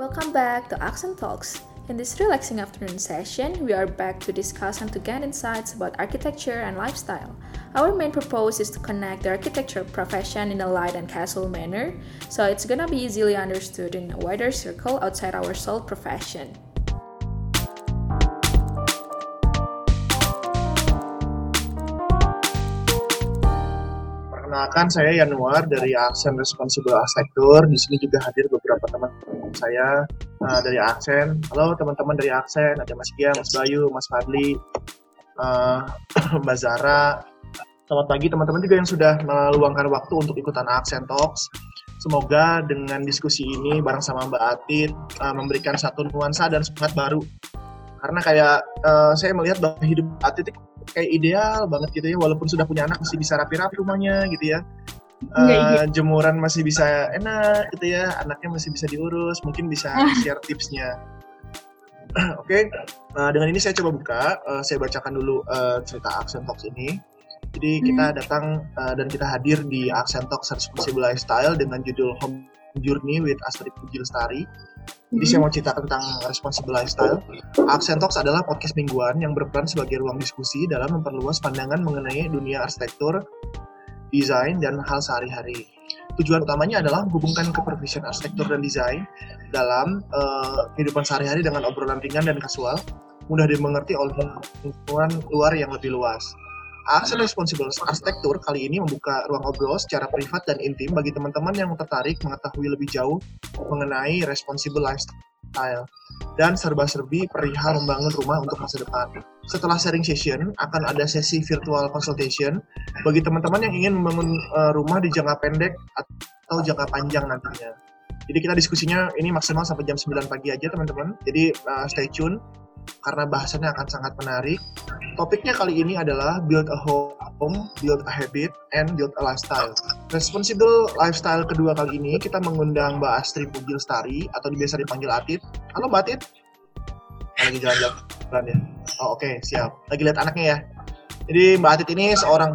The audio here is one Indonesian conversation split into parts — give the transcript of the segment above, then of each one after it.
Welcome back to Accent Talks. In this relaxing afternoon session, we are back to discuss and to gain insights about architecture and lifestyle. Our main purpose is to connect the architecture profession in a light and casual manner, so it's gonna be easily understood in a wider circle outside our sole profession. Perkenalkan, saya Yanuar dari Accent Responsible Architecture. Di sini juga hadir beberapa teman saya dari Accent. Halo teman-teman dari Accent, ada Mas Gia, Mas Bayu, Mas Fadli, Mbak Zara. Selamat pagi teman-teman juga yang sudah meluangkan waktu untuk ikutan Accent Talks. Semoga dengan diskusi ini bareng sama Mbak Atit memberikan satu nuansa dan semangat baru. Karena kayak saya melihat bahwa hidup Atit kayak ideal banget gitu ya, walaupun sudah punya anak masih bisa rapi-rapi rumahnya gitu ya. Jemuran masih bisa enak gitu ya, anaknya masih bisa diurus, mungkin bisa share tipsnya. Oke. Dengan ini saya coba buka, saya bacakan dulu cerita Accent Talks ini. Jadi kita datang dan kita hadir di Accent Talks Responsible Lifestyle dengan judul Home Journey with Astrid Puji Lestari. Jadi saya mau cerita tentang Responsible Lifestyle. Accent Talks adalah podcast mingguan yang berperan sebagai ruang diskusi dalam memperluas pandangan mengenai dunia arsitektur, desain, dan hal sehari-hari. Tujuan utamanya adalah menghubungkan keprofesian arsitektur dan desain dalam kehidupan sehari-hari dengan obrolan ringan dan kasual, mudah dimengerti oleh lingkungan luar yang lebih luas. Accent Responsible Architecture kali ini membuka ruang obrol secara privat dan intim bagi teman-teman yang tertarik mengetahui lebih jauh mengenai responsible lifestyle dan serba-serbi perihal membangun rumah untuk masa depan. Setelah sharing session, akan ada sesi virtual consultation bagi teman-teman yang ingin membangun rumah di jangka pendek atau jangka panjang nantinya. Jadi kita diskusinya ini maksimal sampai jam 9 pagi aja teman-teman, jadi stay tune karena bahasannya akan sangat menarik. Topiknya kali ini adalah build a home, build a habit, and build a lifestyle. Responsible lifestyle kedua kali ini kita mengundang Mbak Astrid Puji Lestari atau biasa dipanggil Atit. Halo Mbak Atit. Lagi jalan-jalan ya? Oh oke, siap. Lagi lihat anaknya ya. Jadi Mbak Atit ini seorang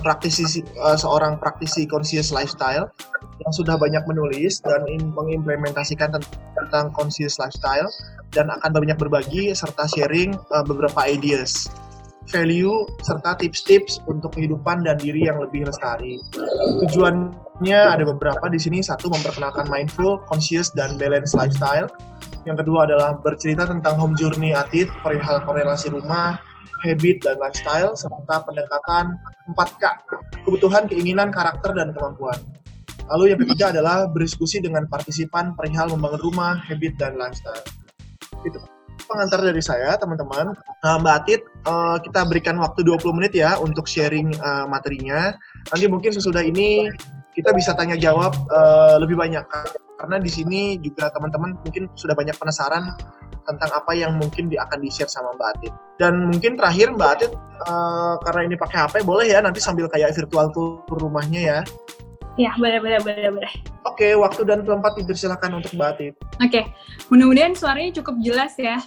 praktisi conscious lifestyle yang sudah banyak menulis dan mengimplementasikan tentang conscious lifestyle dan akan banyak berbagi serta sharing beberapa ideas, value, serta tips-tips untuk kehidupan dan diri yang lebih lestari. Tujuannya ada beberapa di sini. Satu, memperkenalkan mindful, conscious, dan balanced lifestyle. Yang kedua adalah bercerita tentang home journey Atit, perihal korelasi rumah, habit, dan lifestyle, serta pendekatan 4K, kebutuhan, keinginan, karakter, dan kemampuan. Lalu yang ketiga adalah berdiskusi dengan partisipan perihal membangun rumah, habit, dan lifestyle. Itu pengantar dari saya, teman-teman. Mbak Atit, kita berikan waktu 20 menit ya untuk sharing materinya. Nanti mungkin sesudah ini kita bisa tanya jawab lebih banyak. Karena di sini juga teman-teman mungkin sudah banyak penasaran tentang apa yang mungkin akan di-share sama Mbak Atit. Dan mungkin terakhir Mbak Atit, karena ini pakai HP, boleh ya nanti sambil kayak virtual tour rumahnya ya. Ya, boleh. Oke, waktu dan tempat dipersilakan untuk Mbak Atit. Oke, mudah-mudahan suaranya cukup jelas ya.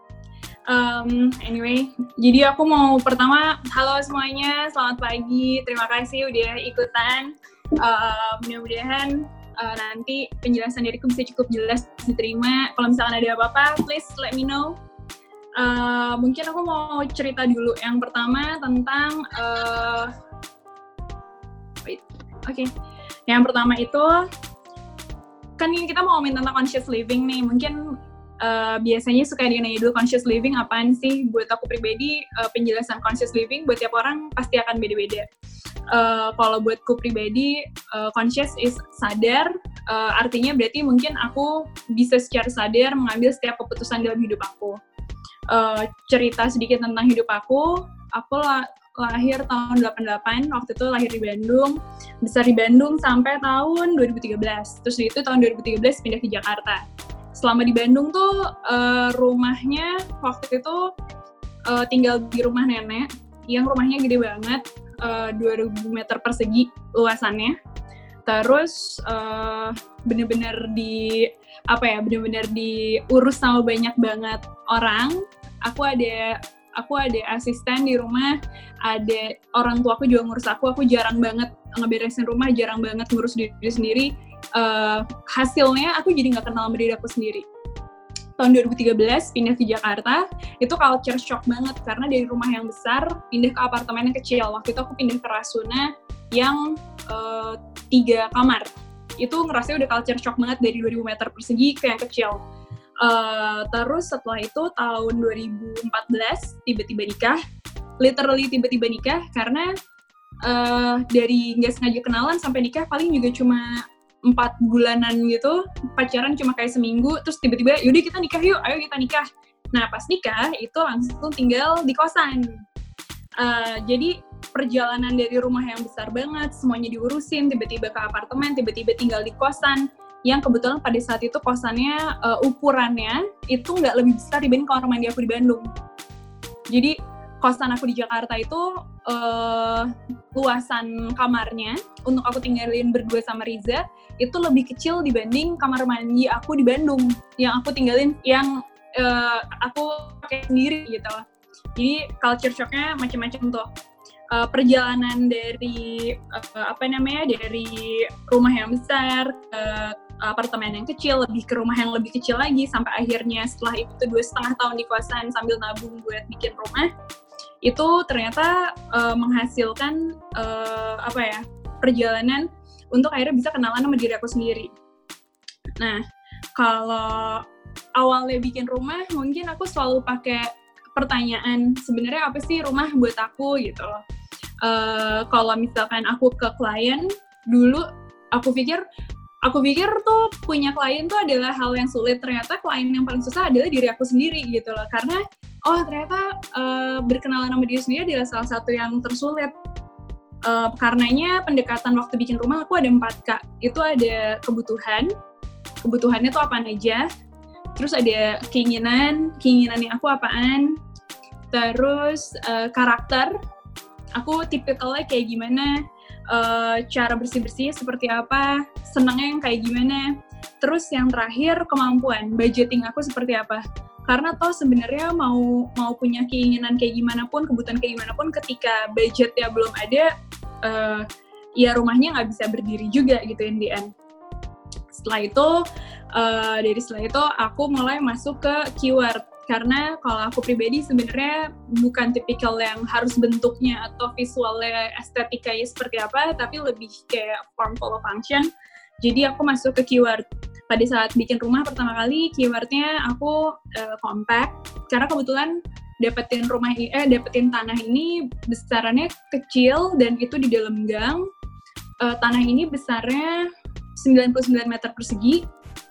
Anyway, jadi aku mau pertama, halo semuanya, selamat pagi, terima kasih udah ikutan. Mudah-mudahan nanti penjelasan dariku bisa cukup jelas diterima. Kalau misalkan ada apa-apa, please let me know. Mungkin aku mau cerita dulu. Yang pertama tentang yang pertama itu kan kita mau ngomongin tentang conscious living nih. Mungkin biasanya suka nanya dulu conscious living apaan sih? Buat aku pribadi, penjelasan conscious living buat tiap orang pasti akan beda-beda. Kalau buatku pribadi, conscious is sadar, artinya berarti mungkin aku bisa secara sadar mengambil setiap keputusan dalam hidup aku. Cerita sedikit tentang hidup aku lahir tahun 88, waktu itu lahir di Bandung, besar di Bandung sampai tahun 2013. Terus itu tahun 2013 pindah ke Jakarta. Selama di Bandung tuh rumahnya waktu itu tinggal di rumah nenek, yang rumahnya gede banget, 2000 meter persegi luasannya. Terus bener-bener diurus sama banyak banget orang. Aku ada asisten di rumah, ada orang tua aku juga ngurus aku jarang banget ngeberesin rumah, jarang banget ngurus diri sendiri. Hasilnya aku jadi nggak kenal sama diri aku sendiri. tahun 2013 pindah ke Jakarta, itu culture shock banget karena dari rumah yang besar pindah ke apartemen yang kecil. Waktu itu aku pindah ke Rasuna yang 3 kamar. Itu ngerasanya udah culture shock banget dari 2000 meter persegi ke yang kecil. Terus setelah itu tahun 2014 tiba-tiba nikah, literally tiba-tiba nikah karena dari nggak sengaja kenalan sampai nikah paling juga cuma 4 bulanan gitu, pacaran cuma kayak seminggu, terus tiba-tiba yaudah kita nikah yuk, ayo kita nikah. Nah pas nikah itu langsung tinggal di kosan. Jadi perjalanan dari rumah yang besar banget, semuanya diurusin, tiba-tiba ke apartemen, tiba-tiba tinggal di kosan, yang kebetulan pada saat itu kosannya ukurannya itu nggak lebih besar dibanding kamar mandi aku di Bandung. Jadi kosan aku di Jakarta itu luasan kamarnya untuk aku tinggalin berdua sama Riza itu lebih kecil dibanding kamar mandi aku di Bandung yang aku tinggalin yang aku pakai sendiri gitu. Jadi culture shock-nya macam-macam tuh. Perjalanan dari dari rumah yang besar ke apartemen yang kecil, lebih ke rumah yang lebih kecil lagi, sampai akhirnya setelah itu 2,5 tahun di kosan sambil nabung buat bikin rumah, itu ternyata menghasilkan perjalanan untuk akhirnya bisa kenalan sama diri aku sendiri. Nah, kalau awalnya bikin rumah, mungkin aku selalu pakai pertanyaan, sebenarnya apa sih rumah buat aku gitu loh. Kalau misalkan aku ke klien, dulu aku pikir tuh punya klien tuh adalah hal yang sulit. Ternyata klien yang paling susah adalah diri aku sendiri gitu loh. Karena ternyata berkenalan sama diri sendiri adalah salah satu yang tersulit. Karenanya pendekatan waktu bikin rumah aku ada 4 Kak. Itu ada kebutuhannya tuh apaan aja. Terus ada keinginannya aku apaan. Terus karakter, aku tipikalnya kayak gimana, cara bersih-bersihnya seperti apa, senangnya yang kayak gimana. Terus yang terakhir kemampuan, budgeting aku seperti apa. Karena toh sebenarnya mau punya keinginan kayak gimana pun, kebutuhan kayak gimana pun, ketika budgetnya belum ada, ya rumahnya nggak bisa berdiri juga gitu in the end. Setelah itu aku mulai masuk ke keyword. Karena kalau aku pribadi sebenarnya bukan tipikal yang harus bentuknya atau visualnya estetikanya seperti apa, tapi lebih kayak form follow function. Jadi aku masuk ke keyword. Pada saat bikin rumah pertama kali, keywordnya aku compact. Karena kebetulan dapetin tanah ini besarannya kecil dan itu di dalam gang. Tanah ini besarnya 99 meter persegi.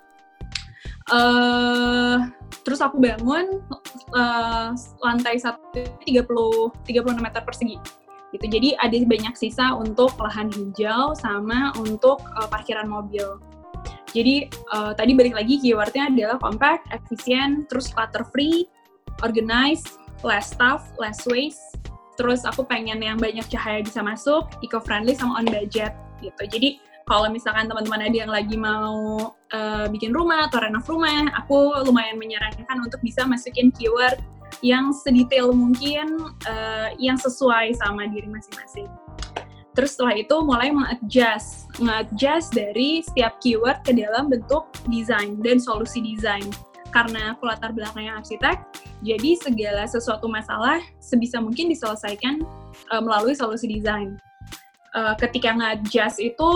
Terus aku bangun lantai 1 36 meter persegi gitu. Jadi ada banyak sisa untuk lahan hijau sama untuk parkiran mobil. Jadi tadi balik lagi keywordnya adalah compact, efisien, terus clutter free, organized, less stuff, less waste. Terus aku pengen yang banyak cahaya bisa masuk, eco-friendly sama on budget gitu. Jadi kalau misalkan teman-teman ada yang lagi mau bikin rumah atau renov rumah, aku lumayan menyarankan untuk bisa masukin keyword yang sedetail mungkin, yang sesuai sama diri masing-masing. Terus setelah itu mulai nge-adjust dari setiap keyword ke dalam bentuk desain dan solusi desain. Karena aku latar belakangnya arsitek, jadi segala sesuatu masalah sebisa mungkin diselesaikan melalui solusi desain. Ketika nge-adjust itu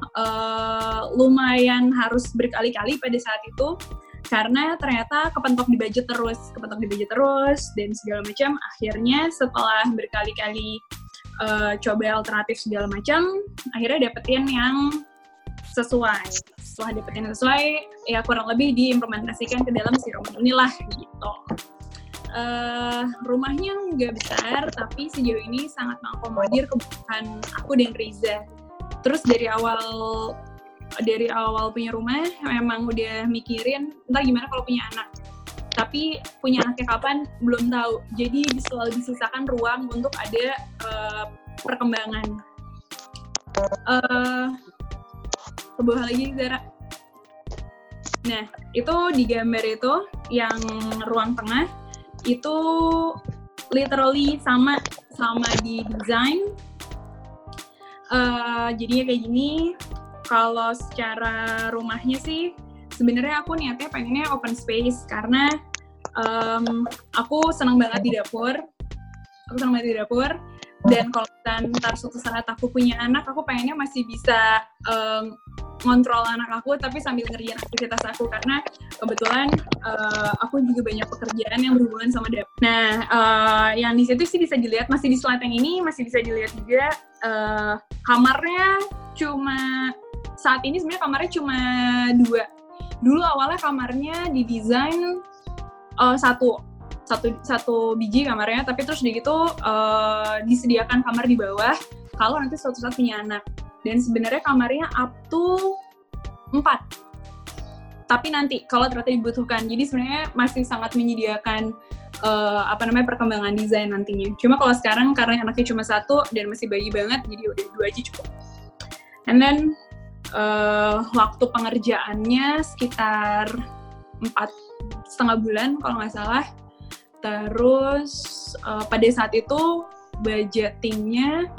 lumayan harus berkali-kali pada saat itu karena ternyata kepentok di budget terus dan segala macam. Akhirnya setelah berkali-kali coba alternatif segala macam, akhirnya dapetin yang sesuai. Setelah dapetin yang sesuai, ya kurang lebih diimplementasikan ke dalam si rumah inilah gitu. Rumahnya nggak besar, tapi sejauh ini sangat mengakomodir kebutuhan aku dan Riza. Terus dari awal punya rumah, memang udah mikirin entar gimana kalau punya anak. Tapi punya anaknya kapan, belum tahu. Jadi selalu disisakan ruang untuk ada perkembangan. Ke bawah lagi, Zara. Nah, itu di gambar itu, yang ruang tengah, itu literally sama di desain. Jadinya kayak gini. Kalau secara rumahnya sih sebenarnya aku niatnya pengennya open space karena aku senang banget di dapur. Dan kalau ntar suatu saat aku punya anak, aku pengennya masih bisa ngontrol anak aku tapi sambil ngerjain aktivitas aku, karena kebetulan aku juga banyak pekerjaan yang berhubungan sama dapur. Nah, yang di situ sih bisa dilihat, masih di slide yang ini masih bisa dilihat juga kamarnya cuma saat ini sebenarnya kamarnya cuma 2. Dulu awalnya kamarnya didesain satu biji kamarnya, tapi terus di gitu disediakan kamar di bawah kalau nanti suatu saat punya anak. Dan sebenarnya kamarnya up to 4. Tapi nanti kalau ternyata dibutuhkan. Jadi sebenarnya masih sangat menyediakan perkembangan desain nantinya. Cuma kalau sekarang karena anaknya cuma 1 dan masih bayi banget, jadi udah 2 aja cukup. And then waktu pengerjaannya sekitar 4,5 bulan kalau nggak salah. Terus pada saat itu budgetingnya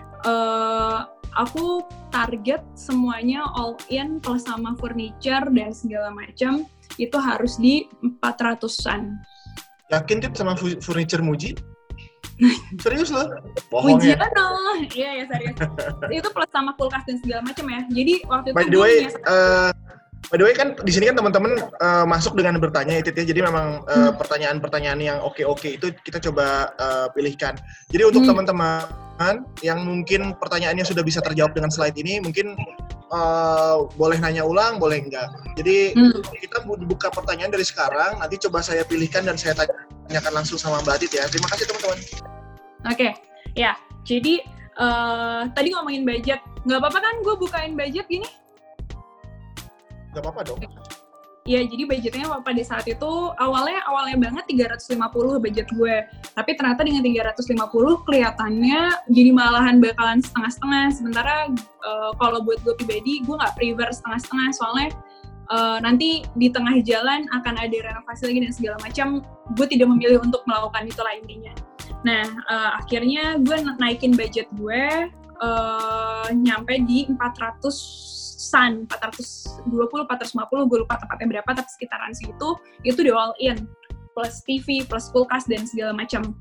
aku target semuanya all in plus sama furniture dan segala macam itu harus di 400-an. Yakin Tit sama furniture Muji? Serius loh? Bohong ya? Iya serius. Itu plus sama kulkas dan segala macam ya. Jadi waktu itu By the way kan di sini kan teman-teman masuk dengan bertanya itu ya. Jadi memang pertanyaan-pertanyaan yang oke itu kita coba pilihkan. Jadi untuk teman-teman yang mungkin pertanyaannya sudah bisa terjawab dengan slide ini, mungkin boleh nanya ulang, boleh enggak. Jadi kita buka pertanyaan dari sekarang, nanti coba saya pilihkan dan saya tanyakan langsung sama Mbak Tit ya. Terima kasih teman-teman. Oke, ya. Jadi tadi ngomongin budget, nggak apa-apa kan gue bukain budget gini? Gak apa-apa dong. Ya, jadi budgetnya pada saat itu awalnya banget 350 budget gue. Tapi ternyata dengan 350 kelihatannya jadi malahan bakalan setengah-setengah. Sementara kalau buat gue pribadi, gue nggak prefer setengah-setengah. Soalnya nanti di tengah jalan akan ada renovasi lagi dan segala macam. Gue tidak memilih untuk melakukan itulah intinya. Nah, akhirnya gue naikin budget gue nyampe di 420, 450, gue lupa tepatnya berapa, tapi sekitaran segitu, itu di all in, plus TV, plus kulkas, dan segala macam.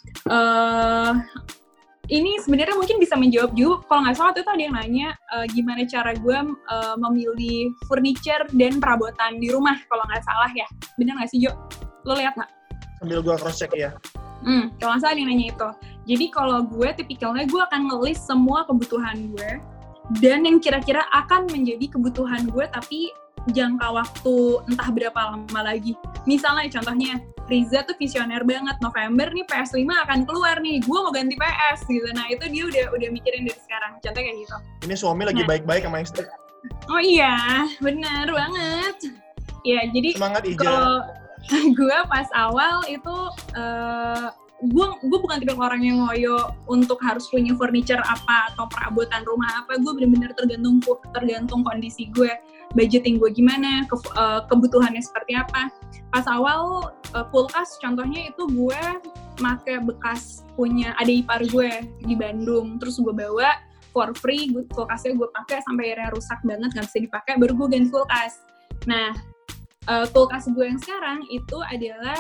Ini sebenarnya mungkin bisa menjawab juga, kalau nggak salah itu ada yang nanya, gimana cara gue memilih furniture dan perabotan di rumah, kalau nggak salah ya. Bener nggak sih, Jo? Lo lihat nggak? Sambil gue cross-check ya. Kalau nggak salah ada yang nanya itu. Jadi kalau gue, tipikalnya gue akan nge-list semua kebutuhan gue, dan yang kira-kira akan menjadi kebutuhan gue tapi jangka waktu entah berapa lama lagi. Misalnya contohnya Riza tuh visioner banget, November nih PS5 akan keluar nih, gue mau ganti PS gitu. Nah itu dia udah mikirin dari sekarang, contohnya kayak gitu. Ini suami lagi baik-baik sama istri. Oh iya, benar banget. Ya jadi semangat Ija. Kalau gue pas awal itu gue bukan tipe orang yang ngoyo untuk harus punya furniture apa atau perabotan rumah apa. Gue benar-benar tergantung kondisi gue, budgeting gue gimana, kebutuhannya seperti apa. Pas awal kulkas contohnya itu gue pakai bekas punya adik ipar gue di Bandung, terus gue bawa for free, kulkasnya gue pakai sampai akhirnya rusak banget nggak bisa dipakai, baru gue ganti kulkas. Nah kulkas gue yang sekarang itu adalah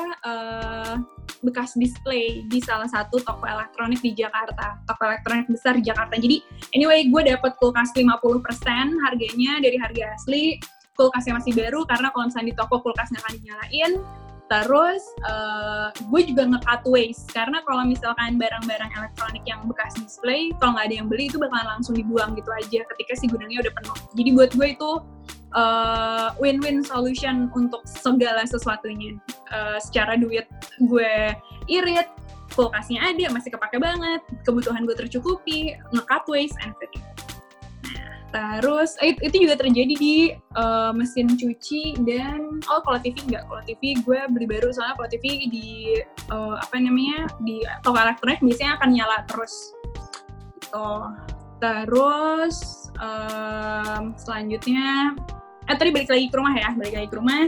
bekas display di salah satu toko elektronik di Jakarta, toko elektronik besar di Jakarta. Jadi anyway, gue dapet kulkas 50% harganya dari harga asli, kulkasnya masih baru karena kalau misalnya di toko kulkasnya akan dinyalain. Terus gue juga nge-cut waste, karena kalau misalkan barang-barang elektronik yang bekas display, kalau nggak ada yang beli itu bakalan langsung dibuang gitu aja ketika si gudangnya udah penuh. Jadi buat gue itu win-win solution untuk segala sesuatunya. Secara duit gue irit, kulkasnya ada, masih kepake banget, kebutuhan gue tercukupi, nge-cut waste, and everything. Terus itu juga terjadi di mesin cuci dan kalau TV enggak, kalau TV gue beli baru soalnya kalau TV di di toko elektronik biasanya akan nyala terus. Gitu. Terus selanjutnya tadi balik lagi ke rumah.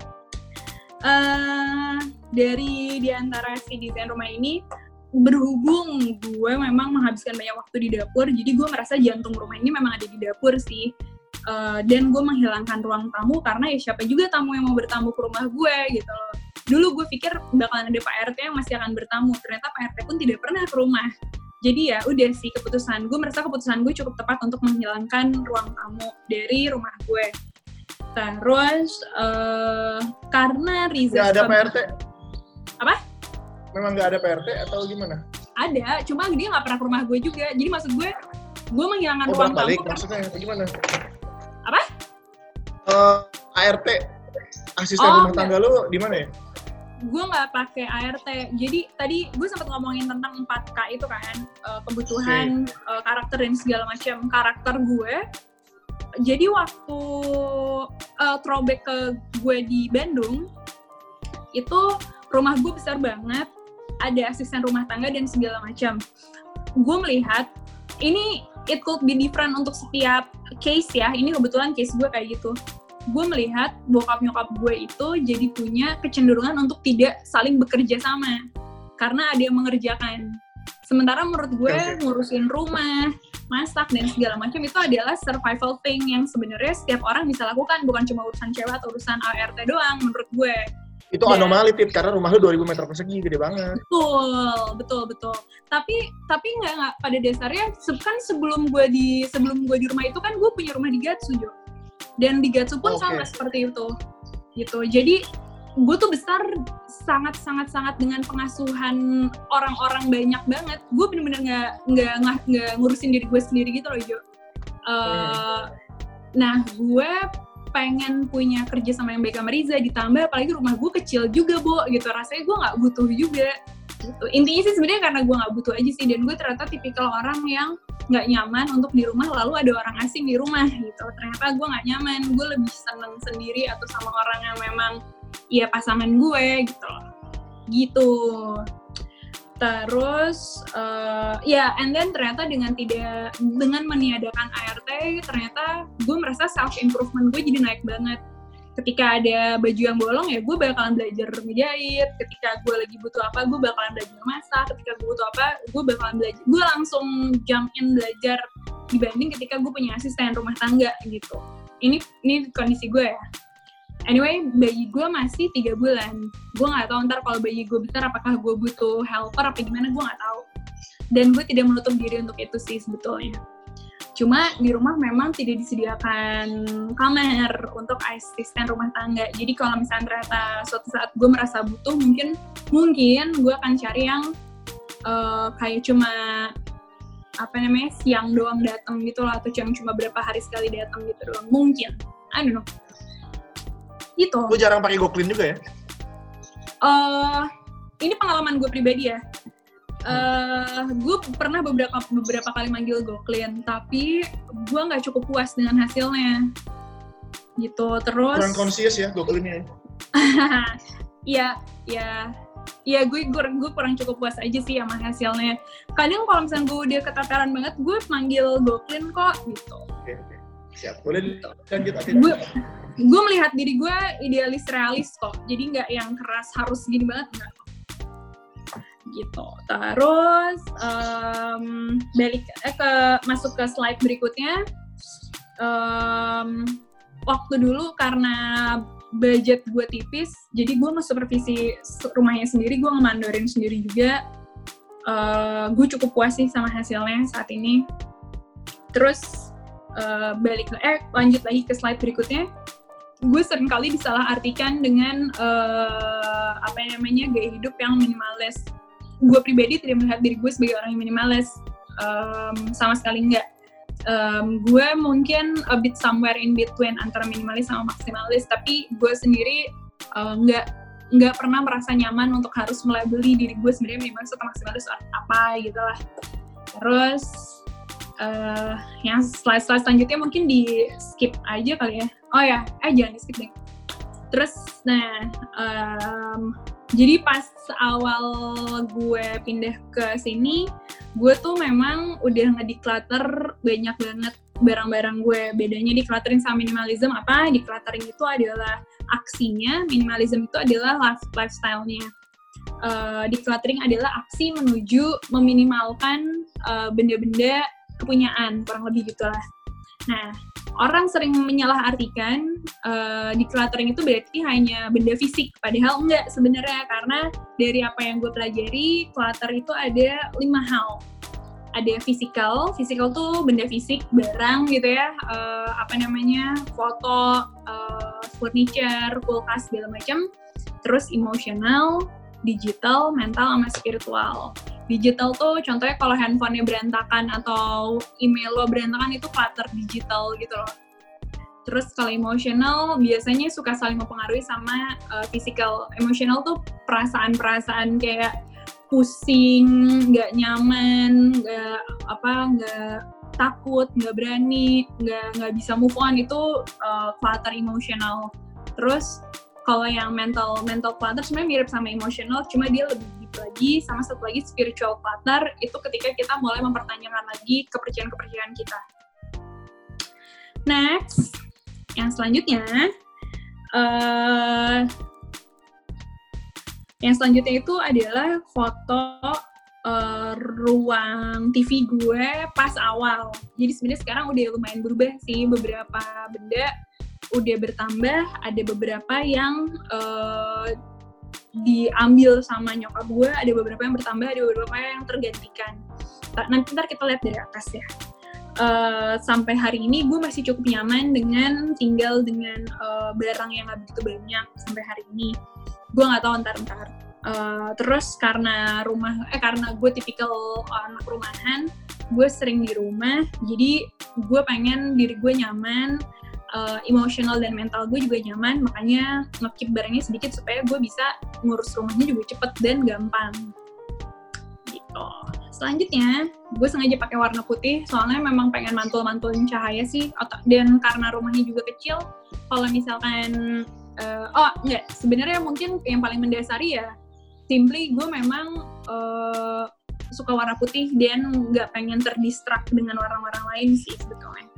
Dari diantara si desain rumah ini, berhubung gue memang menghabiskan banyak waktu di dapur, jadi gue merasa jantung rumah ini memang ada di dapur sih. dan gue menghilangkan ruang tamu karena ya siapa juga tamu yang mau bertamu ke rumah gue gitu loh. Dulu gue pikir bakalan ada Pak RT yang masih akan bertamu, ternyata Pak RT pun tidak pernah ke rumah. Jadi ya udah sih gue merasa keputusan gue cukup tepat untuk menghilangkan ruang tamu dari rumah gue. Terus karena Riza nggak ada Pak RT? Apa? Memang nggak ada Pak RT atau gimana? Ada, cuma dia nggak pernah ke rumah gue juga. Jadi maksud gue menghilangkan ruang tamu. Balik maksudnya gimana? Apa? ART asisten rumah tangga lu di mana ya? Gue nggak pakai ART. Jadi tadi gue sempat ngomongin tentang 4K itu kan, kebutuhan, karakter dan segala macam karakter gue. Jadi waktu throwback ke gue di Bandung, itu rumah gue besar banget, ada asisten rumah tangga dan segala macam. Gue melihat ini it could be different untuk setiap case ya. Ini kebetulan case gue kayak gitu. Gue melihat bokap nyokap gue itu jadi punya kecenderungan untuk tidak saling bekerja sama karena ada yang mengerjakan. Sementara menurut gue ngurusin rumah, masak dan segala macam itu adalah survival thing yang sebenarnya setiap orang bisa lakukan, bukan cuma urusan cewek atau urusan ART doang menurut gue. Itu anomali Tit, karena rumah lu 2000 meter persegi, gede banget. Betul. Tapi nggak pada dasarnya kan sebelum gue di rumah itu kan gue punya rumah di Gatsu, Jo. Dan di Gatsu pun sama seperti itu. Gitu. Jadi gue tuh besar sangat dengan pengasuhan orang-orang banyak banget. Gue bener-bener nggak ngurusin diri gue sendiri gitu loh, Jo. Nah, gue pengen punya kerja sama yang baik sama Riza, ditambah apalagi rumah gue kecil juga, Bo, gitu. Rasanya gue nggak butuh juga. Gitu. Intinya sih sebenarnya karena gue nggak butuh aja sih, dan gue ternyata tipikal orang yang nggak nyaman untuk di rumah lalu ada orang asing di rumah gitu. Ternyata gue nggak nyaman, gue lebih seneng sendiri atau sama orang yang memang ya pasangan gue gitu loh. Gitu. Terus and then ternyata dengan meniadakan ART ternyata gue merasa self improvement gue jadi naik banget. Ketika ada baju yang bolong ya gue bakalan belajar ngejahit. Ketika gue lagi butuh apa gue bakalan belajar masak. Ketika gue butuh apa gue bakalan belajar. Gue langsung jump in belajar dibanding ketika gue punya asisten rumah tangga gitu. Ini kondisi gue ya. Anyway, bayi gue masih 3 bulan. Gue nggak tahu ntar kalau bayi gue besar apakah gue butuh helper apa gimana, gue nggak tahu. Dan gue tidak menutup diri untuk itu sih sebetulnya. Cuma di rumah memang tidak disediakan kamar untuk asisten rumah tangga. Jadi kalau misalnya ternyata suatu saat gue merasa butuh, mungkin gue akan cari yang kayak cuma siang doang datang gitu lah, atau yang cuma berapa hari sekali datang gitu doang. Mungkin, I don't know. Gitu. Gue jarang pakai GoClean juga ya? Ini pengalaman gue pribadi ya. Gue pernah beberapa kali manggil GoClean, tapi gue nggak cukup puas dengan hasilnya. Gitu. Terus. Kurang conscious ya GoClean-nya. Iya, gue kurang cukup puas aja sih sama hasilnya. Kadang kalau misalnya gue udah keteteran banget, gue manggil GoClean kok gitu. Oke. Siap. Boleh lanjut aja. Gue melihat diri gue idealis realis kok, jadi nggak yang keras harus gini banget, nggak gitu. Terus masuk ke slide berikutnya. Waktu dulu karena budget gue tipis, jadi gue nge-supervisi rumahnya sendiri, gue ngemandorin sendiri juga. Gue cukup puas sih sama hasilnya saat ini. Terus lanjut lagi ke slide berikutnya. Gue seringkali disalahartikan dengan gaya hidup yang minimalis. Gue pribadi tidak melihat diri gue sebagai orang yang minimalis, sama sekali enggak. Gue mungkin a bit somewhere in between antara minimalis sama maksimalis, tapi gue sendiri nggak pernah merasa nyaman untuk harus melabeli diri gue sebenarnya minimalis atau maksimalis apa gitu lah. Terus yang slide selanjutnya mungkin di skip aja kali ya. Oh ya, jangan di skip deh. Terus, jadi pas awal gue pindah ke sini, gue tuh memang udah nge-declutter banyak banget barang-barang gue. Bedanya decluttering sama minimalism apa? Decluttering itu adalah aksinya, minimalism itu adalah lifestyle-nya. Decluttering adalah aksi menuju meminimalkan benda-benda kepunyaan, kurang lebih gitulah. Nah, orang sering menyalahartikan decluttering itu berarti hanya benda fisik, padahal enggak sebenarnya, karena dari apa yang gue pelajari, clutter itu ada 5 hal. Ada physical tuh benda fisik, barang gitu ya, foto, furniture, kulkas, segala macam. Terus emotional, digital, mental, sama spiritual. Digital tuh contohnya kalau handphonenya berantakan atau email lo berantakan, itu clutter digital gitu loh. Terus kalau emotional biasanya suka saling mempengaruhi sama physical. Emotional tuh perasaan-perasaan kayak pusing, nggak nyaman, nggak takut, nggak berani, nggak bisa move on, itu clutter emotional. Terus kalau yang mental clutter sebenarnya mirip sama emotional, cuma dia lebih deep lagi. Sama satu lagi spiritual clutter, itu ketika kita mulai mempertanyakan lagi kepercayaan kita. Next, yang selanjutnya, itu adalah foto ruang TV gue pas awal. Jadi sebenarnya sekarang udah lumayan berubah sih, beberapa benda udah bertambah, ada beberapa yang diambil sama nyokap gue, ada beberapa yang bertambah, ada beberapa yang tergantikan. Nanti ntar kita lihat dari atas ya. Sampai hari ini gue masih cukup nyaman dengan tinggal dengan barang yang gak begitu banyak sampai hari ini. Gue nggak tahu ntar. Terus karena gue tipikal anak rumahan, gue sering di rumah, jadi gue pengen diri gue nyaman, emotional dan mental gue juga nyaman, makanya nge-keep barangnya sedikit supaya gue bisa ngurus rumahnya juga cepet dan gampang. Gitu. Selanjutnya, gue sengaja pakai warna putih, soalnya memang pengen mantul-mantulin cahaya sih, dan karena rumahnya juga kecil, kalau misalkan sebenarnya mungkin yang paling mendasari ya, simply gue memang suka warna putih dan nggak pengen terdistract dengan warna-warna lain sih sebetulnya.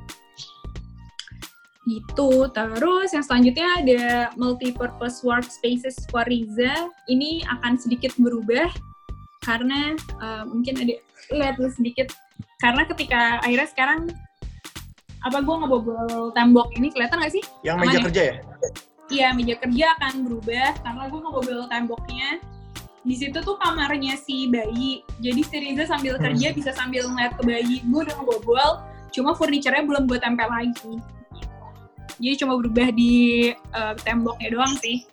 Gitu. Terus yang selanjutnya ada multi-purpose workspaces for Riza. Ini akan sedikit berubah karena mungkin ada lihat dulu sedikit, karena ketika akhirnya sekarang gue ngebobol tembok ini, kelihatan nggak sih? Yang meja kerja ya? Iya, meja kerja akan berubah karena gue ngebobol temboknya. Di situ tuh kamarnya si bayi, jadi si Riza sambil kerja bisa sambil ngeliat ke bayi. Gue udah ngebobol, cuma furniture-nya belum gue tempel lagi. Jadi cuma berubah di temboknya doang sih.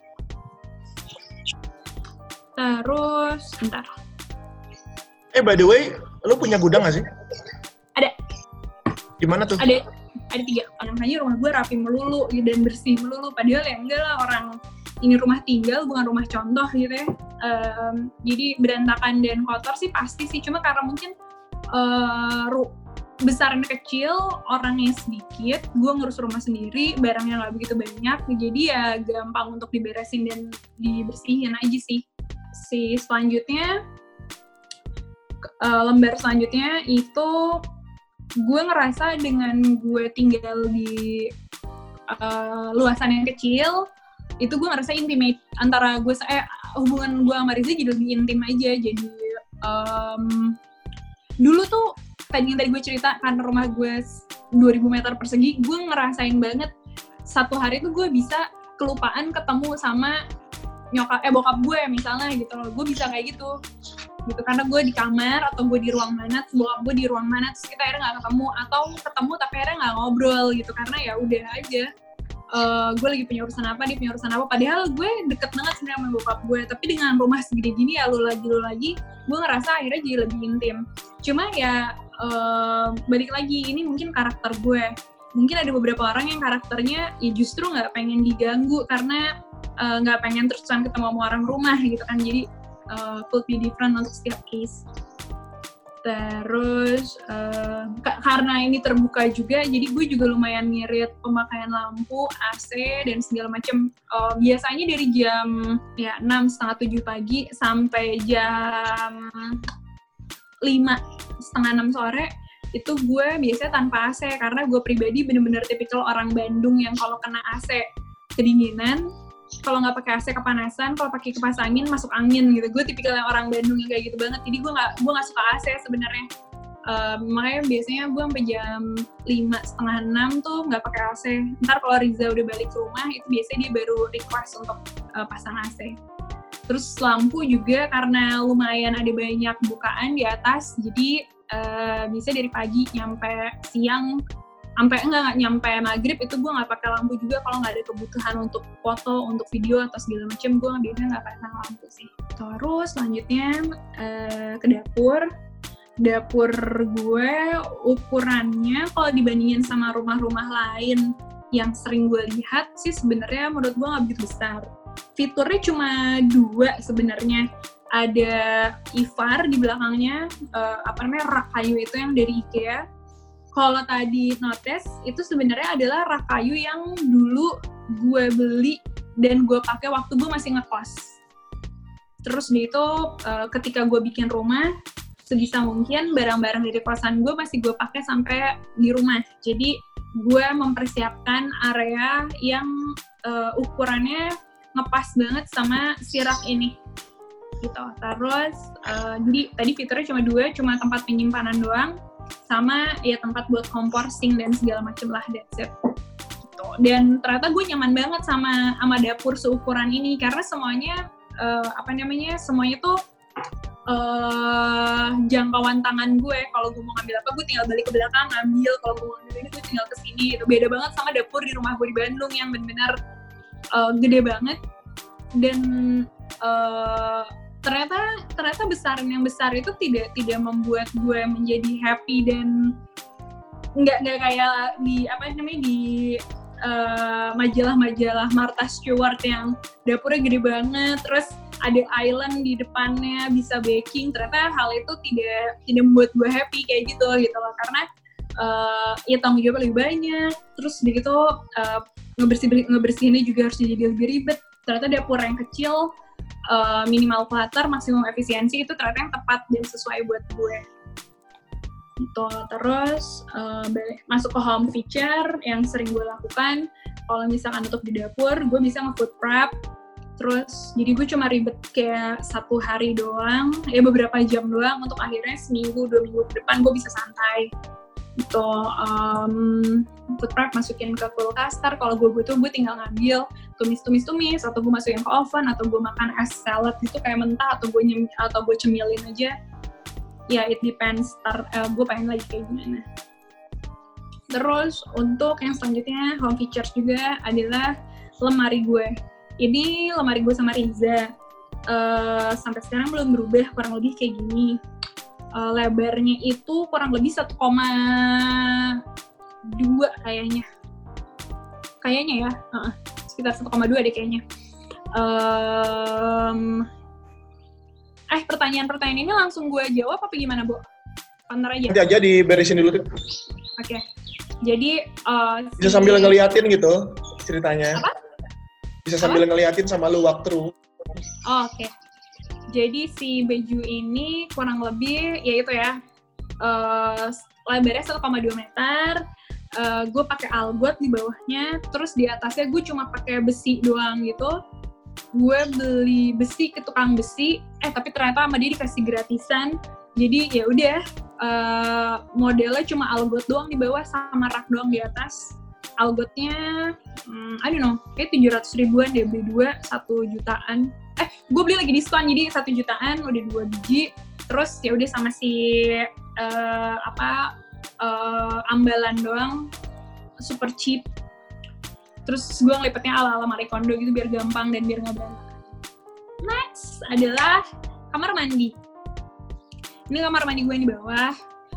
Terus, bentar. By the way, lu punya gudang nggak sih? Ada. Gimana tuh? Ada 3. Makanya rumah gue rapi melulu dan bersih melulu. Padahal ya enggak lah, orang ini rumah tinggal bukan rumah contoh gitu ya. Jadi berantakan dan kotor sih pasti sih. Cuma karena mungkin besarnya kecil, orangnya sedikit, gue ngurus rumah sendiri, barangnya nggak begitu banyak, jadi ya gampang untuk diberesin dan dibersihin aja sih. Selanjutnya, lembar selanjutnya itu gue ngerasa dengan gue tinggal di luasan yang kecil, itu gue ngerasa intimate antara gue, hubungan gue sama Riza jadi lebih intim aja. Jadi dulu tuh tadi gue cerita, karena rumah gue 2000 meter persegi, gue ngerasain banget satu hari tuh gue bisa kelupaan ketemu sama bokap gue misalnya gitu loh. Gue bisa kayak gitu karena gue di kamar atau gue di ruang mana, bokap gue di ruang mana, terus kita akhirnya nggak ketemu, atau ketemu tapi akhirnya nggak ngobrol gitu, karena ya udah aja gue lagi punya urusan apa, dia punya urusan apa, padahal gue deket banget sebenarnya sama bokap gue, tapi dengan rumah segede gini ya lu lagi gue ngerasa akhirnya jadi lebih intim. Cuma ya balik lagi, ini mungkin karakter gue, mungkin ada beberapa orang yang karakternya ya justru nggak pengen diganggu karena nggak pengen terus-terusan ketemu sama orang rumah gitu kan, jadi could be different untuk setiap case. Terus karena ini terbuka juga, jadi gue juga lumayan ngirit pemakaian lampu, AC dan segala macam. Biasanya dari jam 6:30-7 pagi sampai jam 5:30-6 sore itu gue biasanya tanpa AC, karena gue pribadi bener-bener tipikal orang Bandung yang kalau kena AC kedinginan, kalau nggak pakai AC kepanasan, kalau pakai kipas angin masuk angin gitu. Gue tipikal yang orang Bandung yang kayak gitu banget, jadi gue nggak suka AC sebenarnya. Makanya biasanya gue sampai jam 5:30, 6 tuh nggak pakai AC. Ntar kalau Riza udah balik ke rumah, itu biasanya dia baru request untuk pasang AC. Terus lampu juga karena lumayan ada banyak bukaan di atas, jadi bisa dari pagi nyampe siang, sampai nggak nyampe maghrib itu gue nggak pakai lampu juga kalau nggak ada kebutuhan untuk foto, untuk video atau segala macam, gue biasanya nggak pasang lampu sih. Terus selanjutnya ke dapur. Dapur gue ukurannya kalau dibandingin sama rumah-rumah lain yang sering gue lihat sih sebenarnya menurut gue nggak begitu besar. Fiturnya cuma 2 sebenarnya. Ada IVAR di belakangnya, rak kayu itu yang dari IKEA. Kalau tadi notice, itu sebenarnya adalah rak kayu yang dulu gue beli dan gue pakai waktu gue masih ngekos. Terus dia itu ketika gue bikin rumah, sebisa mungkin barang-barang dari kosan gue masih gue pakai sampai di rumah. Jadi gue mempersiapkan area yang ukurannya ngepas banget sama si rak ini. Gitu. Terus jadi tadi fiturnya cuma 2, cuma tempat penyimpanan doang. Sama ya tempat buat kompor, sink dan segala macem lah, that's it. Gitu. Dan ternyata gue nyaman banget sama dapur seukuran ini karena semuanya semuanya tuh jangkauan tangan gue. Kalau gue mau ngambil apa, gue tinggal balik ke belakang ngambil. Kalau gue mau ngambil ini, gue tinggal kesini. Itu beda banget sama dapur di rumah gue di Bandung yang benar-benar gede banget. Dan ternyata besaran yang besar itu tidak membuat gue menjadi happy dan nggak kayak di majalah-majalah Martha Stewart yang dapurnya gede banget, terus ada island di depannya bisa baking. Ternyata hal itu tidak membuat gue happy kayak gitu loh, karena ya tanggung jawab lebih banyak, terus begitu ngebersihinnya juga harus jadi lebih ribet. Ternyata dapur yang kecil, minimal clutter, maksimum efisiensi itu ternyata yang tepat dan sesuai buat gue. Gitu. Terus masuk ke home feature yang sering gue lakukan. Kalau misalkan untuk di dapur, gue bisa nge-food prep. Terus jadi gue cuma ribet kayak 1 hari doang, ya beberapa jam doang, untuk akhirnya seminggu 2 minggu ke depan gue bisa santai. Gitu. Food prep masukin ke kulkas, kalau gue butuh gue tinggal ngambil, tumis, atau gue masukin ke oven, atau gue makan as salad gitu kayak mentah, atau gue cemilin aja. Ya it depends, gue pengen lagi kayak gimana. Terus untuk yang selanjutnya home features juga adalah lemari gue. Ini lemari gue sama Riza sampai sekarang belum berubah, kurang lebih kayak gini. Lebarnya itu kurang lebih 1,2 kayaknya ya, sekitar 1,2 deh kayaknya. Pertanyaan ini langsung gue jawab apa gimana, Bu? Ntar aja. Nanti aja diberesin dulu tuh. Oke. Jadi bisa sambil ngeliatin gitu ceritanya. Apa? Bisa sambil ngeliatin sama lu walkthrough. Oke. Jadi si baju ini kurang lebih yaitu ya lebarnya 1,2 meter. Gue pakai algot di bawahnya, terus di atasnya gue cuma pakai besi doang gitu. Gue beli besi ke tukang besi, tapi ternyata sama dia dikasih gratisan. Jadi ya udah, modelnya cuma algot doang di bawah sama rak doang di atas. Algotnya, I don't know, kayak 700 ribuan deh, beli 2, 1 jutaan. Gue beli lagi diskon, jadi 1 jutaan udah 2 biji. Terus ya udah sama si ambalan doang, super cheap. Terus gue ngelipetnya ala-ala Marie Kondo gitu biar gampang dan biar nggak berantakan. Next adalah kamar mandi. Ini kamar mandi gue yang di bawah.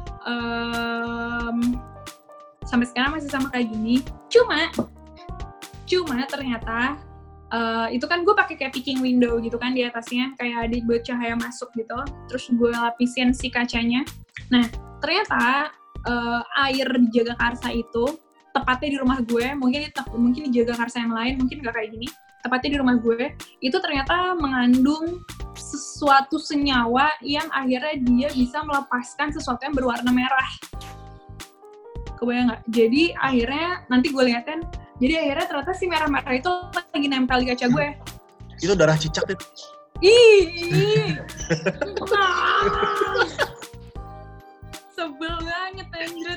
Sampai sekarang masih sama kayak gini. Cuma ternyata itu kan gue pakai kayak peeking window gitu kan di atasnya, kayak ada buat cahaya masuk gitu. Terus gue lapisin si kacanya. Nah ternyata air di Jagakarsa itu, tepatnya di rumah gue, mungkin di Jagakarsa yang lain mungkin nggak kayak gini. Tepatnya di rumah gue itu ternyata mengandung sesuatu senyawa yang akhirnya dia bisa melepaskan sesuatu yang berwarna merah. Kebayang nggak? Jadi akhirnya nanti gue liatin. Jadi akhirnya ternyata si merah-merah itu lagi nempel di kaca gue. Itu darah cicak itu. Ih. Sebel sebel banget anjir.